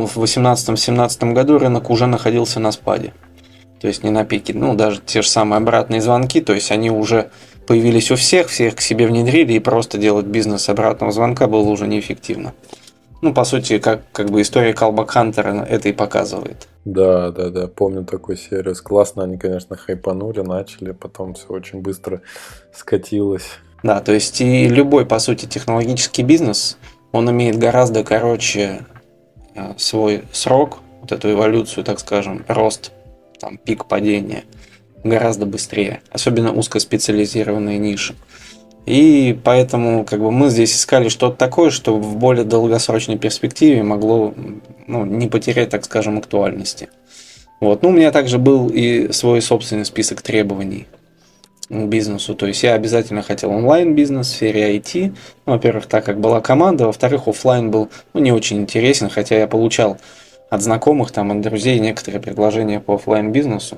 18-17 году рынок уже находился на спаде. То есть не на пике. Ну, даже те же самые обратные звонки, то есть они уже появились у всех, всех к себе внедрили, и просто делать бизнес обратного звонка было уже неэффективно. Ну, по сути, как бы история Callback Hunter это и показывает. Да, помню такой сервис. Классно они, конечно, хайпанули, начали, потом все очень быстро скатилось. Да, то есть и любой, по сути, технологический бизнес, он имеет гораздо короче свой срок, вот эту эволюцию, так скажем, рост, там, пик падения, гораздо быстрее, особенно узкоспециализированные ниши. И поэтому как бы мы здесь искали что-то такое, что в более долгосрочной перспективе могло, ну, не потерять, так скажем, актуальности. Вот. Ну, у меня также был и свой собственный список требований к бизнесу. То есть я обязательно хотел онлайн-бизнес в сфере IT. Ну, во-первых, так как была команда, во-вторых, офлайн был, ну, не очень интересен, хотя я получал от знакомых, там, от друзей некоторые предложения по офлайн-бизнесу.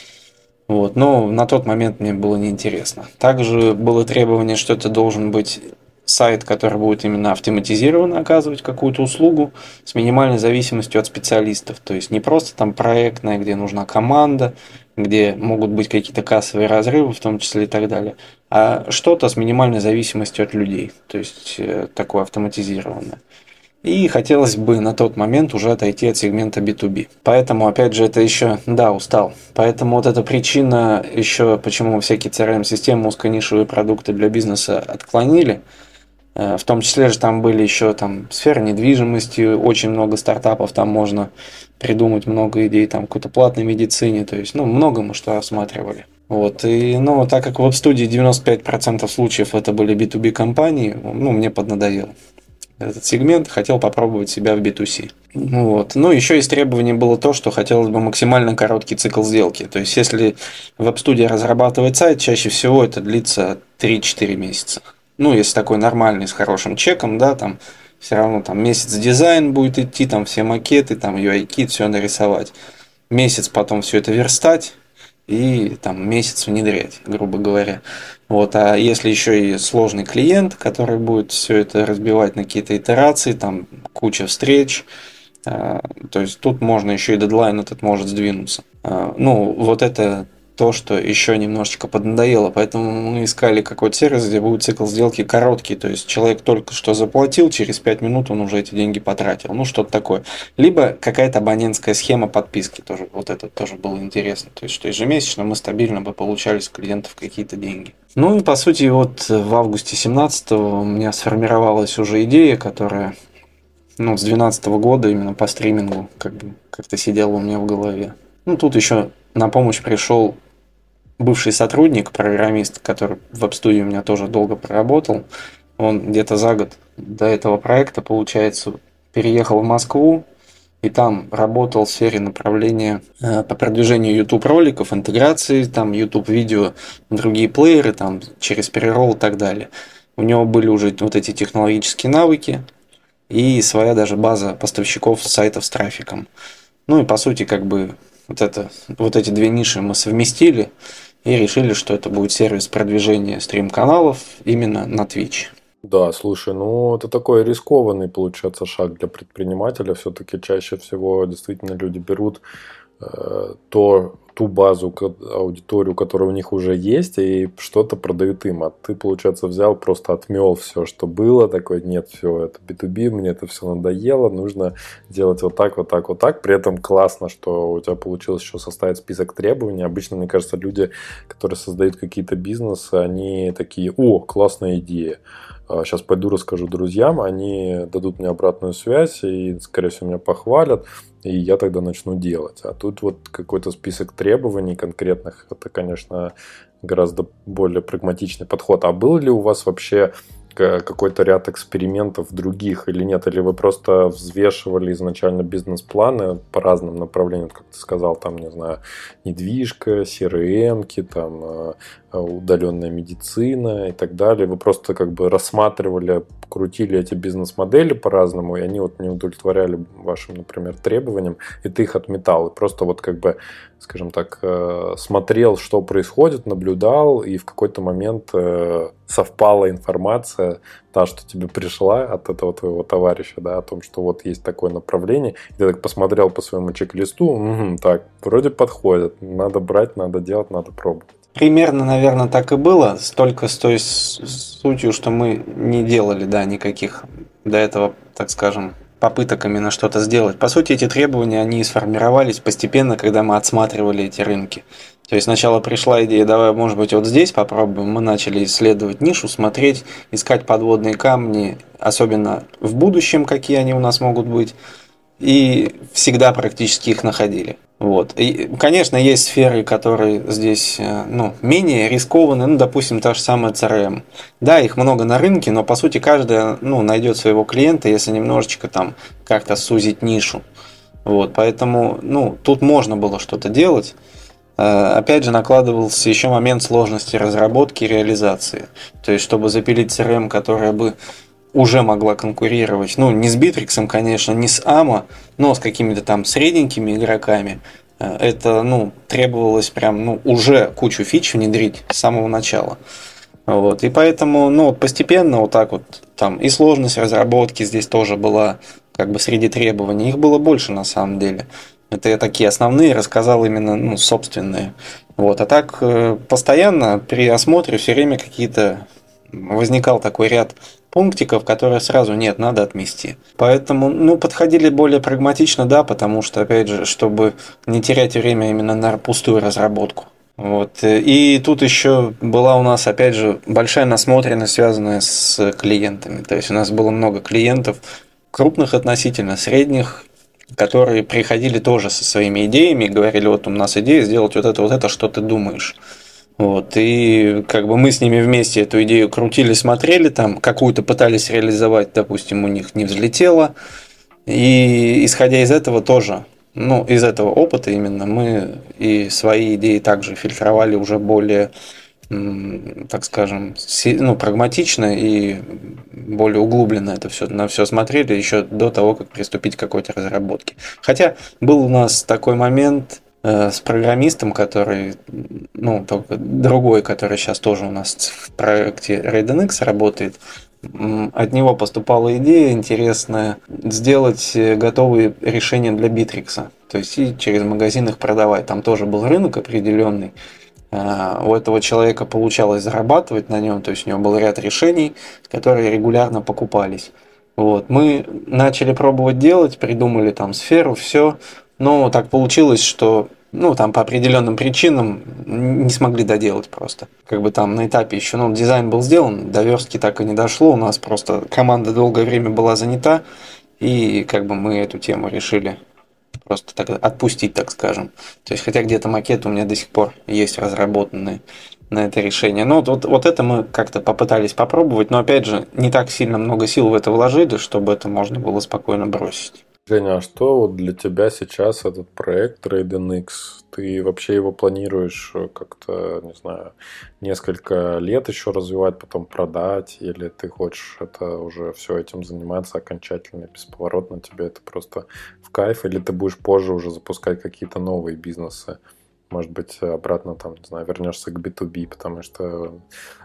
Вот, но на тот момент мне было неинтересно. Также было требование, что это должен быть сайт, который будет именно автоматизированно оказывать какую-то услугу с минимальной зависимостью от специалистов. То есть не просто там проектная, где нужна команда, где могут быть какие-то кассовые разрывы, в том числе и так далее, а что-то с минимальной зависимостью от людей, то есть такое автоматизированное. И хотелось бы на тот момент уже отойти от сегмента B2B. Поэтому, опять же, это еще, да, устал. Поэтому вот эта причина еще, почему всякие CRM-системы, узконишевые продукты для бизнеса отклонили. В том числе же там были еще там сфера недвижимости, очень много стартапов, там можно придумать много идей, там какой-то платной медицине, то есть, много мы что рассматривали. Вот, и, так как в веб-студии 95% случаев это были B2B компании, мне поднадоело этот сегмент, хотел попробовать себя в B2C. Вот. Еще из требований было то, что хотелось бы максимально короткий цикл сделки. То есть, если веб-студия разрабатывает сайт, чаще всего это длится 3-4 месяца. Если такой нормальный, с хорошим чеком, да, там все равно там месяц дизайн будет идти, там все макеты, там UI-кит, все нарисовать. Месяц потом все это верстать и там месяц внедрять, грубо говоря. Вот, а если еще и сложный клиент, который будет все это разбивать на какие-то итерации, там куча встреч, то есть тут можно еще и дедлайн этот может сдвинуться. Вот это то, что еще немножечко поднадоело, поэтому мы искали какой-то сервис, где будет цикл сделки короткий, то есть человек только что заплатил, через 5 минут он уже эти деньги потратил, что-то такое. Либо какая-то абонентская схема подписки, тоже, вот это тоже было интересно, то есть что ежемесячно мы стабильно бы получали с клиентов какие-то деньги. И по сути вот в августе 2017 у меня сформировалась уже идея, которая с 2012 года именно по стримингу как-то сидела у меня в голове. Тут еще на помощь пришел бывший сотрудник, программист, который в веб-студии у меня тоже долго проработал. Он где-то за год до этого проекта, получается, переехал в Москву и там работал в сфере направления по продвижению YouTube-роликов, интеграции, там YouTube-видео, другие плееры, там через переролл и так далее. У него были уже вот эти технологические навыки и своя даже база поставщиков сайтов с трафиком. И по сути, вот эти две ниши мы совместили и решили, что это будет сервис продвижения стрим-каналов именно на Twitch. Да, слушай, это такой рискованный, получается, шаг для предпринимателя. Все-таки чаще всего действительно люди берут ту базу, аудиторию, которая у них уже есть, и что-то продают им. А ты, получается, взял, просто отмел все, что было. Такой, нет, все, это B2B, мне это все надоело, нужно делать вот так, вот так, вот так. При этом классно, что у тебя получилось еще составить список требований. Обычно, мне кажется, люди, которые создают какие-то бизнесы, они такие, классная идея. Сейчас пойду расскажу друзьям, они дадут мне обратную связь и, скорее всего, меня похвалят, и я тогда начну делать. А тут вот какой-то список требований конкретных, это, конечно, гораздо более прагматичный подход. А был ли у вас вообще какой-то ряд экспериментов других или нет? Или вы просто взвешивали изначально бизнес-планы по разным направлениям, как ты сказал, там, не знаю, недвижка, CRM-ки, там, удаленная медицина и так далее. Вы просто рассматривали, крутили эти бизнес-модели по-разному, и они не удовлетворяли вашим, например, требованиям, и ты их отметал. И просто скажем так, смотрел, что происходит, наблюдал, и в какой-то момент совпала информация, та, что тебе пришла от этого твоего товарища, да, о том, что вот есть такое направление. И ты так посмотрел по своему чек-листу, так, вроде подходит, надо брать, надо делать, надо пробовать. Примерно, наверное, так и было, только с той сутью, что мы не делали, никаких до этого, так скажем, попыток именно что-то сделать. По сути, эти требования, они сформировались постепенно, когда мы отсматривали эти рынки. То есть сначала пришла идея, давай, может быть, вот здесь попробуем. Мы начали исследовать нишу, смотреть, искать подводные камни, особенно в будущем, какие они у нас могут быть. И всегда практически их находили. Вот. И, конечно, есть сферы, которые здесь менее рискованные, допустим, та же самая CRM. Да, их много на рынке, но по сути каждая найдет своего клиента, если немножечко там как-то сузить нишу. Вот. Поэтому тут можно было что-то делать. Опять же, накладывался еще момент сложности разработки и реализации. То есть, чтобы запилить CRM, которая бы уже могла конкурировать, не с Битриксом, конечно, не с AMO, но с какими-то там средненькими игроками. Это, требовалось прям, уже кучу фич внедрить с самого начала. Вот. И поэтому, постепенно вот так вот, там и сложность разработки здесь тоже была среди требований. Их было больше на самом деле. Это я такие основные рассказал именно, ну, собственные. Вот. А так постоянно при осмотре все время какие-то возникал такой ряд пунктиков, которые сразу нет, надо отмести. Поэтому, ну, подходили более прагматично, да, потому что, опять же, чтобы не терять время именно на пустую разработку. Вот. И тут еще была у нас, опять же, большая насмотренность, связанная с клиентами. То есть у нас было много клиентов, крупных относительно, средних, которые приходили тоже со своими идеями и говорили, вот у нас идея сделать вот это, что ты думаешь. Вот, и как бы мы с ними вместе эту идею крутили, смотрели, там какую-то пытались реализовать, допустим, у них не взлетело. И исходя из этого тоже, ну, из этого опыта именно мы и свои идеи также фильтровали уже более, так скажем, ну, прагматично и более углубленно это все, на все смотрели еще до того, как приступить к какой-то разработке. Хотя был у нас такой момент с программистом, который, ну, только другой, который сейчас тоже у нас в проекте RaidenX работает. От него поступала идея интересная сделать готовые решения для Bittrex. То есть и через магазин их продавать. Там тоже был рынок определенный. У этого человека получалось зарабатывать на нем, то есть у него был ряд решений, которые регулярно покупались. Вот. Мы начали пробовать делать, придумали там сферу, все. Но так получилось, что, ну, там по определенным причинам не смогли доделать просто. Как бы там на этапе еще, ну, дизайн был сделан, до верстки так и не дошло. У нас просто команда долгое время была занята, и как бы мы эту тему решили просто так отпустить, так скажем. То есть, хотя где-то макеты у меня до сих пор есть разработанные на это решение. Но вот это мы как-то попытались попробовать, но опять же, не так сильно много сил в это вложили, чтобы это можно было спокойно бросить. Женя, а что вот для тебя сейчас этот проект RaidenX? Ты вообще его планируешь как-то, не знаю, несколько лет еще развивать, потом продать? Или ты хочешь это уже все этим заниматься окончательно, бесповоротно? Тебе это просто в кайф? Или ты будешь позже уже запускать какие-то новые бизнесы? Может быть, обратно там, не знаю, вернешься к B2B, потому что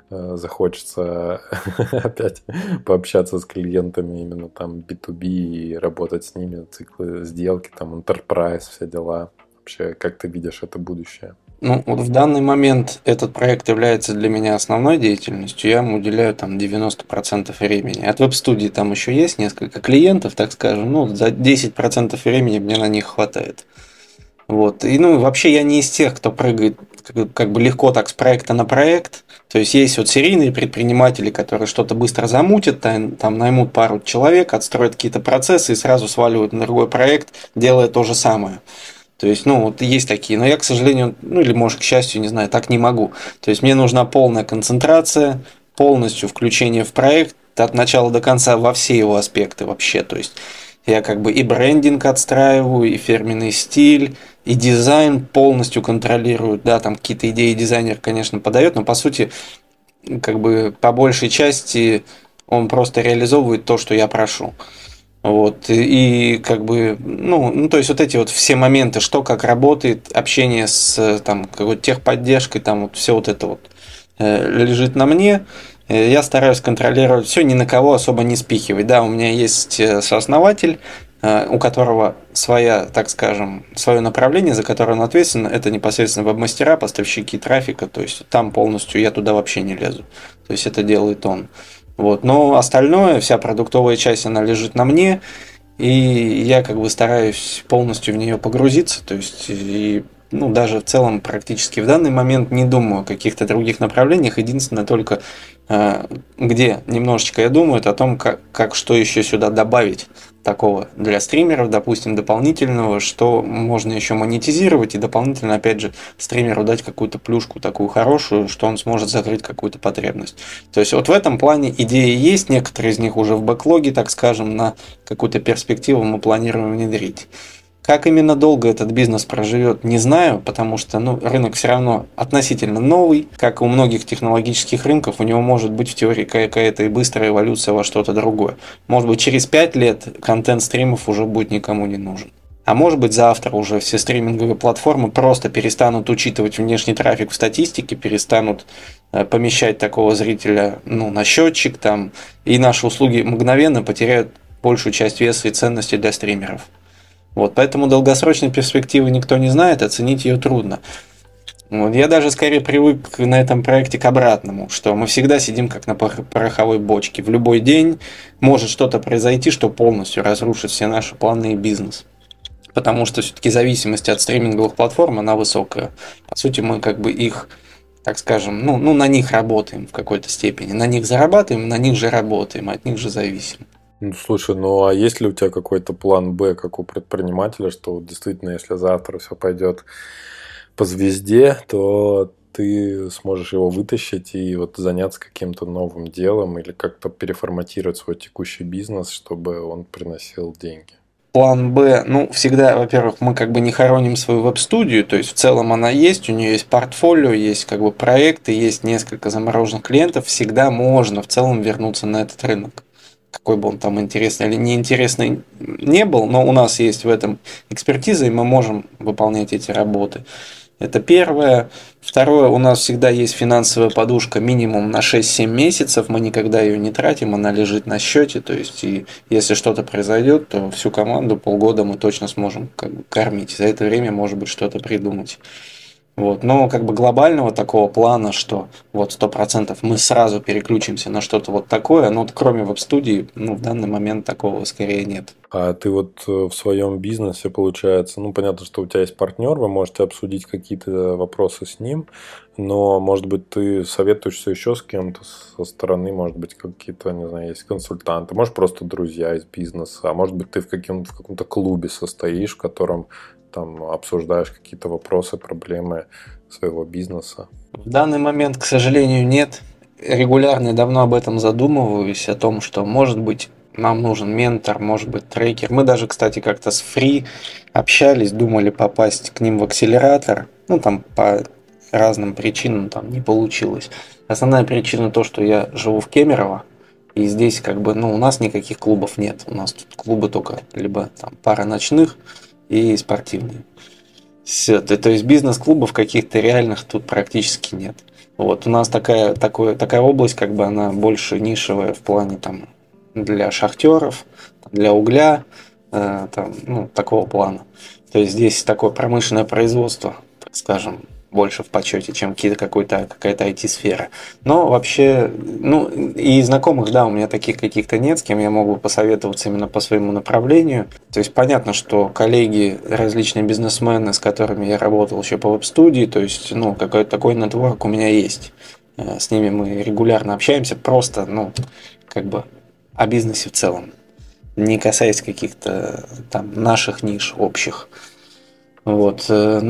захочется опять пообщаться с клиентами именно там B2B и работать с ними, циклы сделки, там, enterprise, все дела. Вообще, как ты видишь это будущее? Ну, вот в данный момент этот проект является для меня основной деятельностью, я ему уделяю там 90% времени. От веб-студии там еще есть несколько клиентов, так скажем, ну, за 10% времени мне на них хватает. Вот. И, ну, вообще я не из тех, кто прыгает как бы легко так с проекта на проект. То есть есть вот серийные предприниматели, которые что-то быстро замутят, там наймут пару человек, отстроят какие-то процессы и сразу сваливают на другой проект, делая то же самое. То есть, ну, вот есть такие. Но я, к сожалению, ну или, может, к счастью, не знаю, так не могу. То есть мне нужна полная концентрация, полностью включение в проект от начала до конца во все его аспекты вообще. То есть я как бы и брендинг отстраиваю, и фирменный стиль, и дизайн полностью контролирую. Да, там какие-то идеи дизайнер, конечно, подает, но по сути, как бы по большей части он просто реализовывает то, что я прошу. Вот, и как бы, ну, то есть вот эти вот все моменты, что как работает, общение с там какой-то техподдержкой, там вот все вот это вот лежит на мне. Я стараюсь контролировать все, ни на кого особо не спихивать. Да, у меня есть сооснователь, у которого своя, так скажем, свое направление, за которое он ответственен, это непосредственно веб-мастера, поставщики трафика, то есть там полностью я туда вообще не лезу. То есть это делает он. Вот. Но остальное, вся продуктовая часть, она лежит на мне, и я как бы стараюсь полностью в нее погрузиться, то есть и, ну, даже в целом практически в данный момент не думаю о каких-то других направлениях, единственное только где немножечко я думаю о том, как что еще сюда добавить такого для стримеров, допустим, дополнительного, что можно еще монетизировать и дополнительно, опять же, стримеру дать какую-то плюшку такую хорошую, что он сможет закрыть какую-то потребность. То есть вот в этом плане идеи есть, некоторые из них уже в бэклоге, так скажем, на какую-то перспективу мы планируем внедрить. Как именно долго этот бизнес проживет, не знаю, потому что, ну, рынок все равно относительно новый. Как и у многих технологических рынков, у него может быть в теории какая-то и быстрая эволюция во что-то другое. Может быть, через 5 лет контент стримов уже будет никому не нужен. А может быть, завтра уже все стриминговые платформы просто перестанут учитывать внешний трафик в статистике, перестанут помещать такого зрителя, ну, на счетчик там, и наши услуги мгновенно потеряют большую часть веса и ценности для стримеров. Вот, поэтому долгосрочной перспективы никто не знает, оценить ее трудно. Вот, я даже скорее привык на этом проекте к обратному, что мы всегда сидим как на пороховой бочке. В любой день может что-то произойти, что полностью разрушит все наши планы и бизнес. Потому что все-таки зависимость от стриминговых платформ, она высокая. По сути, мы как бы их, так скажем, на них работаем в какой-то степени. На них зарабатываем, на них же работаем, от них же зависим. Ну, слушай, ну а есть ли у тебя какой-то план Б, как у предпринимателя, что вот действительно, если завтра все пойдет по звезде, то ты сможешь его вытащить и вот заняться каким-то новым делом или как-то переформатировать свой текущий бизнес, чтобы он приносил деньги? План Б, всегда, во-первых, мы как бы не хороним свою веб-студию, то есть в целом она есть, у нее есть портфолио, есть как бы проекты, есть несколько замороженных клиентов, всегда можно в целом вернуться на этот рынок. Какой бы он там интересный или неинтересный не был, но у нас есть в этом экспертиза, и мы можем выполнять эти работы. Это первое. Второе, у нас всегда есть финансовая подушка минимум на 6-7 месяцев, мы никогда ее не тратим, она лежит на счете, то есть и если что-то произойдет, то всю команду полгода мы точно сможем как бы кормить. За это время, может быть, что-то придумать. Вот. Но как бы глобального такого плана, что вот 100% мы сразу переключимся на что-то вот такое, но вот кроме веб-студии, в данный момент такого скорее нет. А ты вот в своем бизнесе, получается, понятно, что у тебя есть партнер, вы можете обсудить какие-то вопросы с ним, но, может быть, ты советуешься еще с кем-то со стороны, может быть, какие-то, не знаю, есть консультанты, может, просто друзья из бизнеса, а может быть, ты в каком-то клубе состоишь, в котором там обсуждаешь какие-то вопросы, проблемы своего бизнеса? В данный момент, к сожалению, нет. Регулярно и давно об этом задумываюсь, о том, что, может быть, нам нужен ментор, может быть, трекер. Мы даже, кстати, как-то с Free общались, думали попасть к ним в акселератор. Там по разным причинам там не получилось. Основная причина то, что я живу в Кемерово, и здесь как бы, у нас никаких клубов нет. У нас тут клубы только либо там пара ночных и спортивные. Все, то есть бизнес-клубов каких-то реальных тут практически нет. Вот у нас такая область, как бы она больше нишевая в плане там для шахтеров, для угля, такого плана. То есть здесь такое промышленное производство, так скажем, больше в почете, чем какая-то IT-сфера. Но вообще, и знакомых, да, у меня таких каких-то нет, с кем я могу посоветоваться именно по своему направлению. То есть понятно, что коллеги, различные бизнесмены, с которыми я работал еще по веб-студии, то есть, какой-то такой нетворк у меня есть. С ними мы регулярно общаемся, просто, как бы о бизнесе в целом, не касаясь каких-то там наших ниш общих. Вот,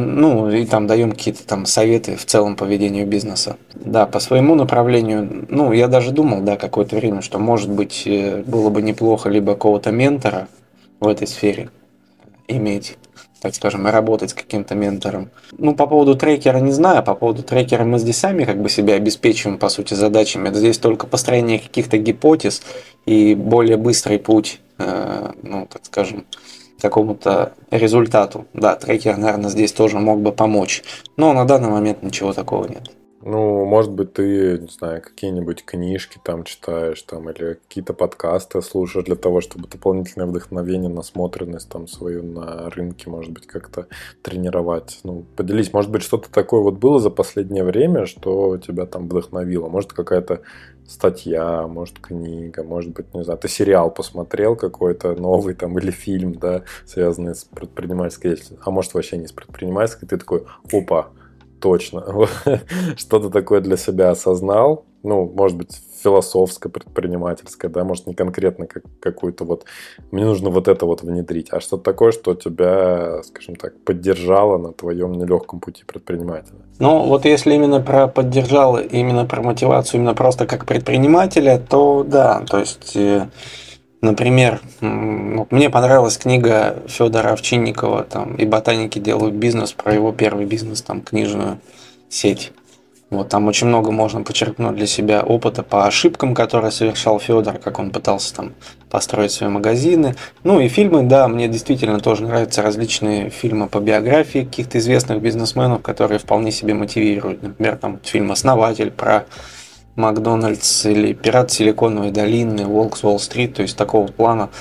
и там даем какие-то там советы в целом по ведению бизнеса. Да, по своему направлению, я даже думал, да, какое-то время, что, может быть, было бы неплохо либо какого-то ментора в этой сфере иметь, так скажем, и работать с каким-то ментором. По поводу трекера не знаю, по поводу трекера мы здесь сами как бы себя обеспечиваем, по сути, задачами. Это здесь только построение каких-то гипотез и более быстрый путь, так скажем, к какому-то результату. Да, трекер, наверное, здесь тоже мог бы помочь, но на данный момент ничего такого нет. Может быть, ты, не знаю, какие-нибудь книжки там читаешь, там, или какие-то подкасты слушаешь для того, чтобы дополнительное вдохновение, насмотренность там свою на рынке, может быть, как-то тренировать. Поделись, может быть, что-то такое вот было за последнее время, что тебя там вдохновило? Может, какая-то статья, может, книга, может быть, не знаю, ты сериал посмотрел какой-то новый там или фильм, да, связанный с предпринимательской деятельностью, а может, вообще не с предпринимательской, ты такой, опа, точно, что-то такое для себя осознал, может быть, философское, предпринимательское, да, может, не конкретно какую-то вот, мне нужно вот это вот внедрить, а что-то такое, что тебя, скажем так, поддержало на твоем нелегком пути предпринимателя. Вот если именно про поддержало, именно про мотивацию, именно просто как предпринимателя, то да, то есть... Например, мне понравилась книга Федора Овчинникова там, «И ботаники делают бизнес», про его первый бизнес, там, книжную сеть. Вот, там очень много можно почерпнуть для себя опыта по ошибкам, которые совершал Федор, как он пытался там построить свои магазины. И фильмы, да, мне действительно тоже нравятся различные фильмы по биографии каких-то известных бизнесменов, которые вполне себе мотивируют. Например, там фильм «Основатель» про Макдональдс или «Пират Силиконовой долины», «Волк с Уолл-стрит», то есть такого плана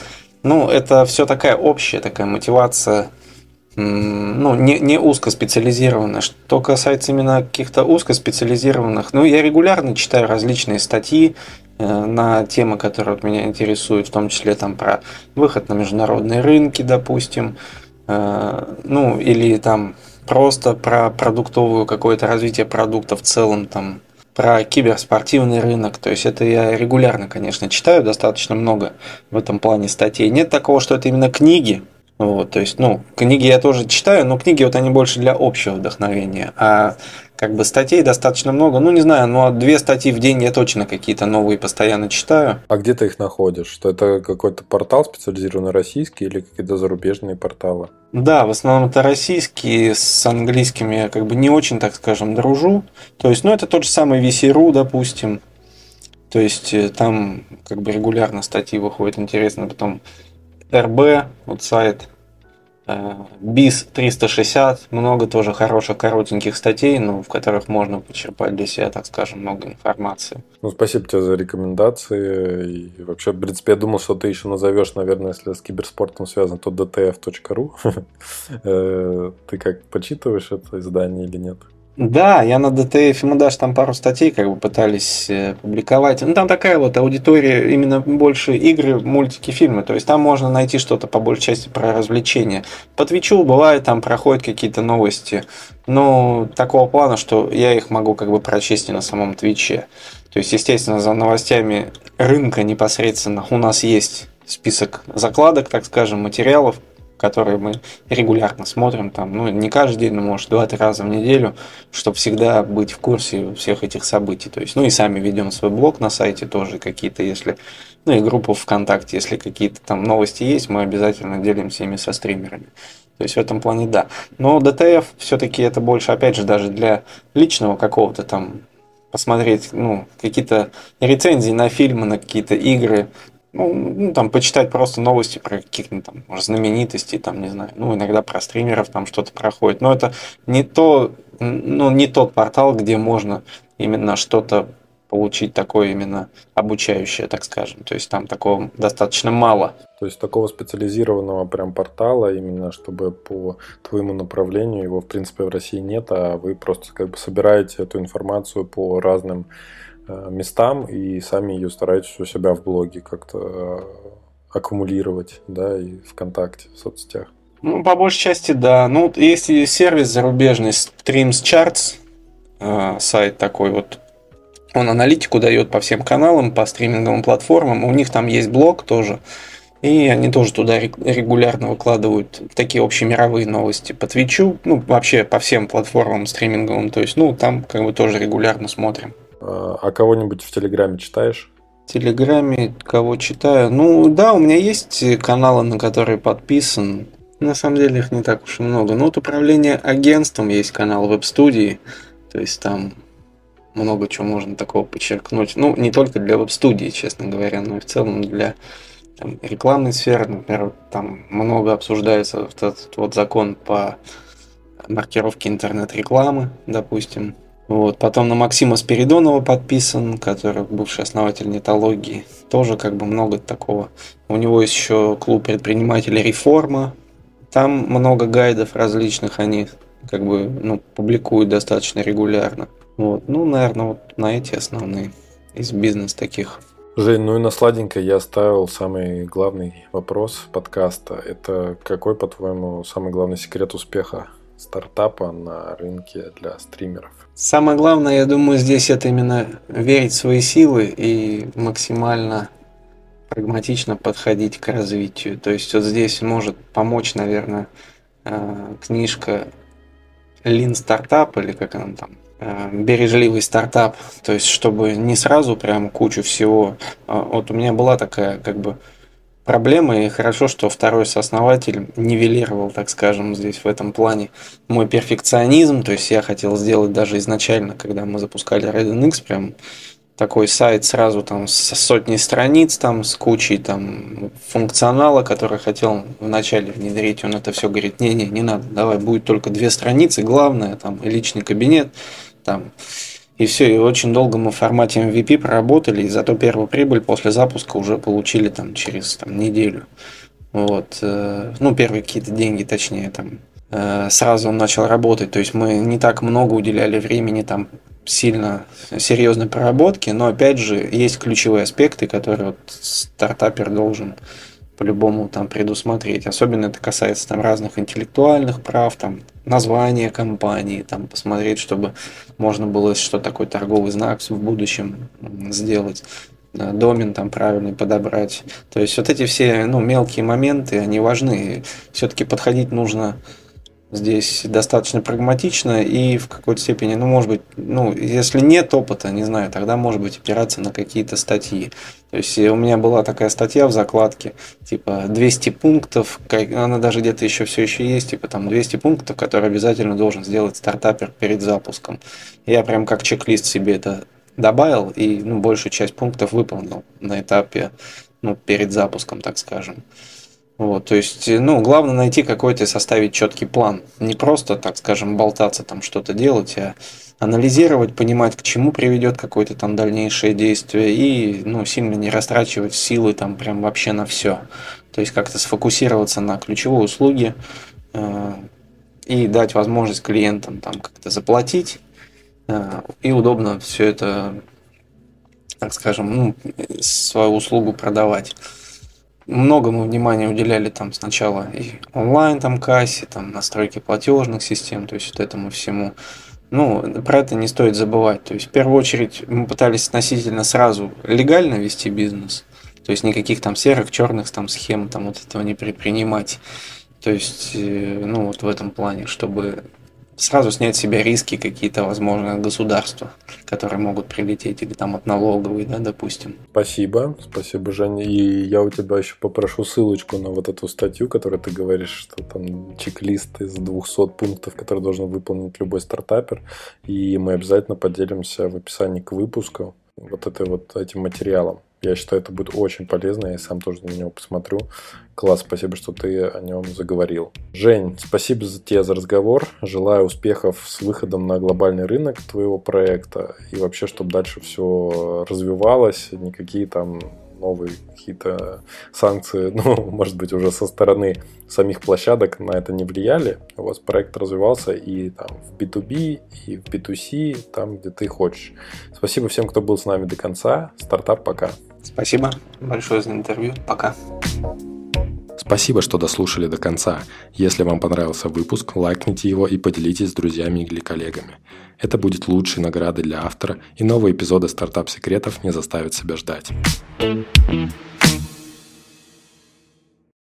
Ну, это все такая общая такая мотивация, ну, не узкоспециализированная. Что касается именно каких-то узкоспециализированных, ну, я регулярно читаю различные статьи на темы, которые вот меня интересуют, в том числе там про выход на международные рынки, допустим, ну, или там просто про продуктовую какое-то развитие продукта в целом, там, про киберспортивный рынок. То есть это я регулярно, конечно, читаю, достаточно много в этом плане статей. Нет такого, что это именно книги. Вот, то есть, ну, книги я тоже читаю, но книги вот они больше для общего вдохновения. А как бы статей достаточно много. Ну, не знаю, ну, 2 статьи в день я точно какие-то новые постоянно читаю. А где ты их находишь? Что это какой-то портал специализированный российский или какие-то зарубежные порталы? Да, в основном это российские, с английскими я как бы не очень, так скажем, дружу. То есть, ну, это тот же самый VC.ru, допустим. То есть, там как бы регулярно статьи выходят, интересно. Потом РБ, вот сайт, БИС 360, много тоже хороших коротеньких статей, ну, в которых можно почерпать для себя, так скажем, много информации. Ну, спасибо тебе за рекомендации. И вообще, в принципе, я думал, что ты еще назовешь, наверное, если с киберспортом связан, то dtf.ru. Ты как, почитываешь это издание или нет? Да, я на ДТФ, мы даже там пару статей как бы пытались публиковать. Ну, там такая вот аудитория, именно больше игры, мультики, фильмы. То есть там можно найти что-то по большей части про развлечения. По Твичу бывает, там проходят какие-то новости. Но такого плана, что я их могу как бы прочесть и на самом Твиче. То есть, естественно, за новостями рынка непосредственно у нас есть список закладок, так скажем, материалов, которые мы регулярно смотрим, там, ну, не каждый день, но, может, 2-3 раза в неделю, чтобы всегда быть в курсе всех этих событий. То есть, ну, и сами ведем свой блог на сайте тоже какие-то, если, ну, и группу ВКонтакте, если какие-то там новости есть, мы обязательно делимся ими со стримерами. То есть, в этом плане да. Но ДТФ все-таки это больше, опять же, даже для личного какого-то там посмотреть, ну, какие-то рецензии на фильмы, на какие-то игры, ну, там, почитать просто новости про каких-то там, может, знаменитостей, там, не знаю, ну, иногда про стримеров там что-то проходит. Но это не то, ну, не тот портал, где можно именно что-то получить такое именно обучающее, так скажем. То есть там такого достаточно мало. То есть такого специализированного прям портала, именно чтобы по твоему направлению, его в принципе в России нет, а вы просто как бы собираете эту информацию по разным местам и сами ее стараетесь у себя в блоге как-то аккумулировать, да, и ВКонтакте, в соцсетях. Ну, по большей части, да. Ну, есть и сервис зарубежный Streams Charts, сайт такой вот. Он аналитику дает по всем каналам, по стриминговым платформам. У них там есть блог тоже. И они тоже туда регулярно выкладывают такие общемировые новости по Твичу, ну, вообще по всем платформам стриминговым. То есть, ну, там как бы тоже регулярно смотрим. А кого-нибудь в Телеграме читаешь? В Телеграме кого читаю? Ну, да, у меня есть каналы, на которые подписан. На самом деле их не так уж и много. Ну, вот управление агентством есть канал веб-студии. То есть там много чего можно такого подчеркнуть. Ну, не только для веб-студии, честно говоря, но и в целом для там, рекламной сферы. Например, там много обсуждается вот этот вот закон по маркировке интернет-рекламы, допустим. Вот. Потом на Максима Спиридонова подписан, который бывший основатель нетологии. Тоже как бы много такого. У него есть еще клуб предпринимателей «Реформа». Там много гайдов различных, они как бы ну, публикуют достаточно регулярно. Вот. Ну, наверное, вот на эти основные из бизнес таких. Жень, ну и на сладенькое я оставил самый главный вопрос подкаста. Это какой, по-твоему, самый главный секрет успеха стартапа на рынке для стримеров? Самое главное, я думаю, здесь это именно верить в свои силы и максимально прагматично подходить к развитию. То есть вот здесь может помочь, наверное, книжка Lean Startup или как она там, бережливый стартап. То есть чтобы не сразу прям кучу всего. Вот у меня была такая как бы проблема, и хорошо, что второй сооснователь нивелировал, так скажем, здесь в этом плане мой перфекционизм. То есть я хотел сделать даже изначально, когда мы запускали RedNX, прям такой сайт сразу там с сотней страниц, там с кучей там функционала, который хотел вначале внедрить. Он это все говорит: не надо, давай, будет только 2 страницы, главное, там, и личный кабинет, там, и все. И очень долго мы в формате MVP проработали, и зато первую прибыль после запуска уже получили там через там, неделю. Вот, ну, первые какие-то деньги, точнее, там, сразу он начал работать. То есть мы не так много уделяли времени там сильно серьезной проработке, но опять же есть ключевые аспекты, которые вот стартапер должен по-любому там предусмотреть. Особенно это касается там разных интеллектуальных прав, там названия компании, там посмотреть, чтобы можно было что такой торговый знак в будущем сделать, домен там правильный подобрать. То есть вот эти все, ну, мелкие моменты, они важны. Все-таки подходить нужно здесь достаточно прагматично и в какой-то степени, ну, может быть, ну, если нет опыта, не знаю, тогда, может быть, опираться на какие-то статьи. То есть у меня была такая статья в закладке, типа 200 пунктов, она даже где-то еще все еще есть, типа там 200 пунктов, которые обязательно должен сделать стартапер перед запуском. Я прям как чек-лист себе это добавил и, ну, большую часть пунктов выполнил на этапе, ну, перед запуском, так скажем. Вот, то есть, ну, главное найти какой-то и составить четкий план. Не просто, так скажем, болтаться там что-то делать, а анализировать, понимать, к чему приведет какое-то там дальнейшее действие и, ну, сильно не растрачивать силы там прям вообще на все. То есть как-то сфокусироваться на ключевой услуге и дать возможность клиентам там как-то заплатить и удобно все это, так скажем, ну, свою услугу продавать. Много мы внимания уделяли там сначала и онлайн там кассе, там настройки платежных систем, то есть вот этому всему. Ну, про это не стоит забывать. То есть в первую очередь мы пытались относительно сразу легально вести бизнес, то есть никаких там серых, черных там схем, там вот этого не предпринимать. То есть, ну, вот в этом плане, чтобы сразу снять с себя риски какие-то, возможно, от государства, которые могут прилететь, или там от налоговой, да, допустим. Спасибо, Женя. И я у тебя еще попрошу ссылочку на вот эту статью, которую ты говоришь, что там чек-лист из 200 пунктов, которые должен выполнить любой стартапер. И мы обязательно поделимся в описании к выпуску вот этим материалом. Я считаю, это будет очень полезно, я сам тоже на него посмотрю. Класс, спасибо, что ты о нем заговорил. Жень, спасибо тебе за разговор. Желаю успехов с выходом на глобальный рынок твоего проекта. И вообще, чтобы дальше все развивалось, никакие там новые какие-то санкции, ну, может быть, уже со стороны самих площадок на это не влияли. У вас проект развивался и там в B2B, и в B2C, там, где ты хочешь. Спасибо всем, кто был с нами до конца. Стартап, пока. Спасибо большое за интервью. Пока. Спасибо, что дослушали до конца. Если вам понравился выпуск, лайкните его и поделитесь с друзьями или коллегами. Это будет лучшей наградой для автора, и новые эпизоды стартап-секретов не заставят себя ждать.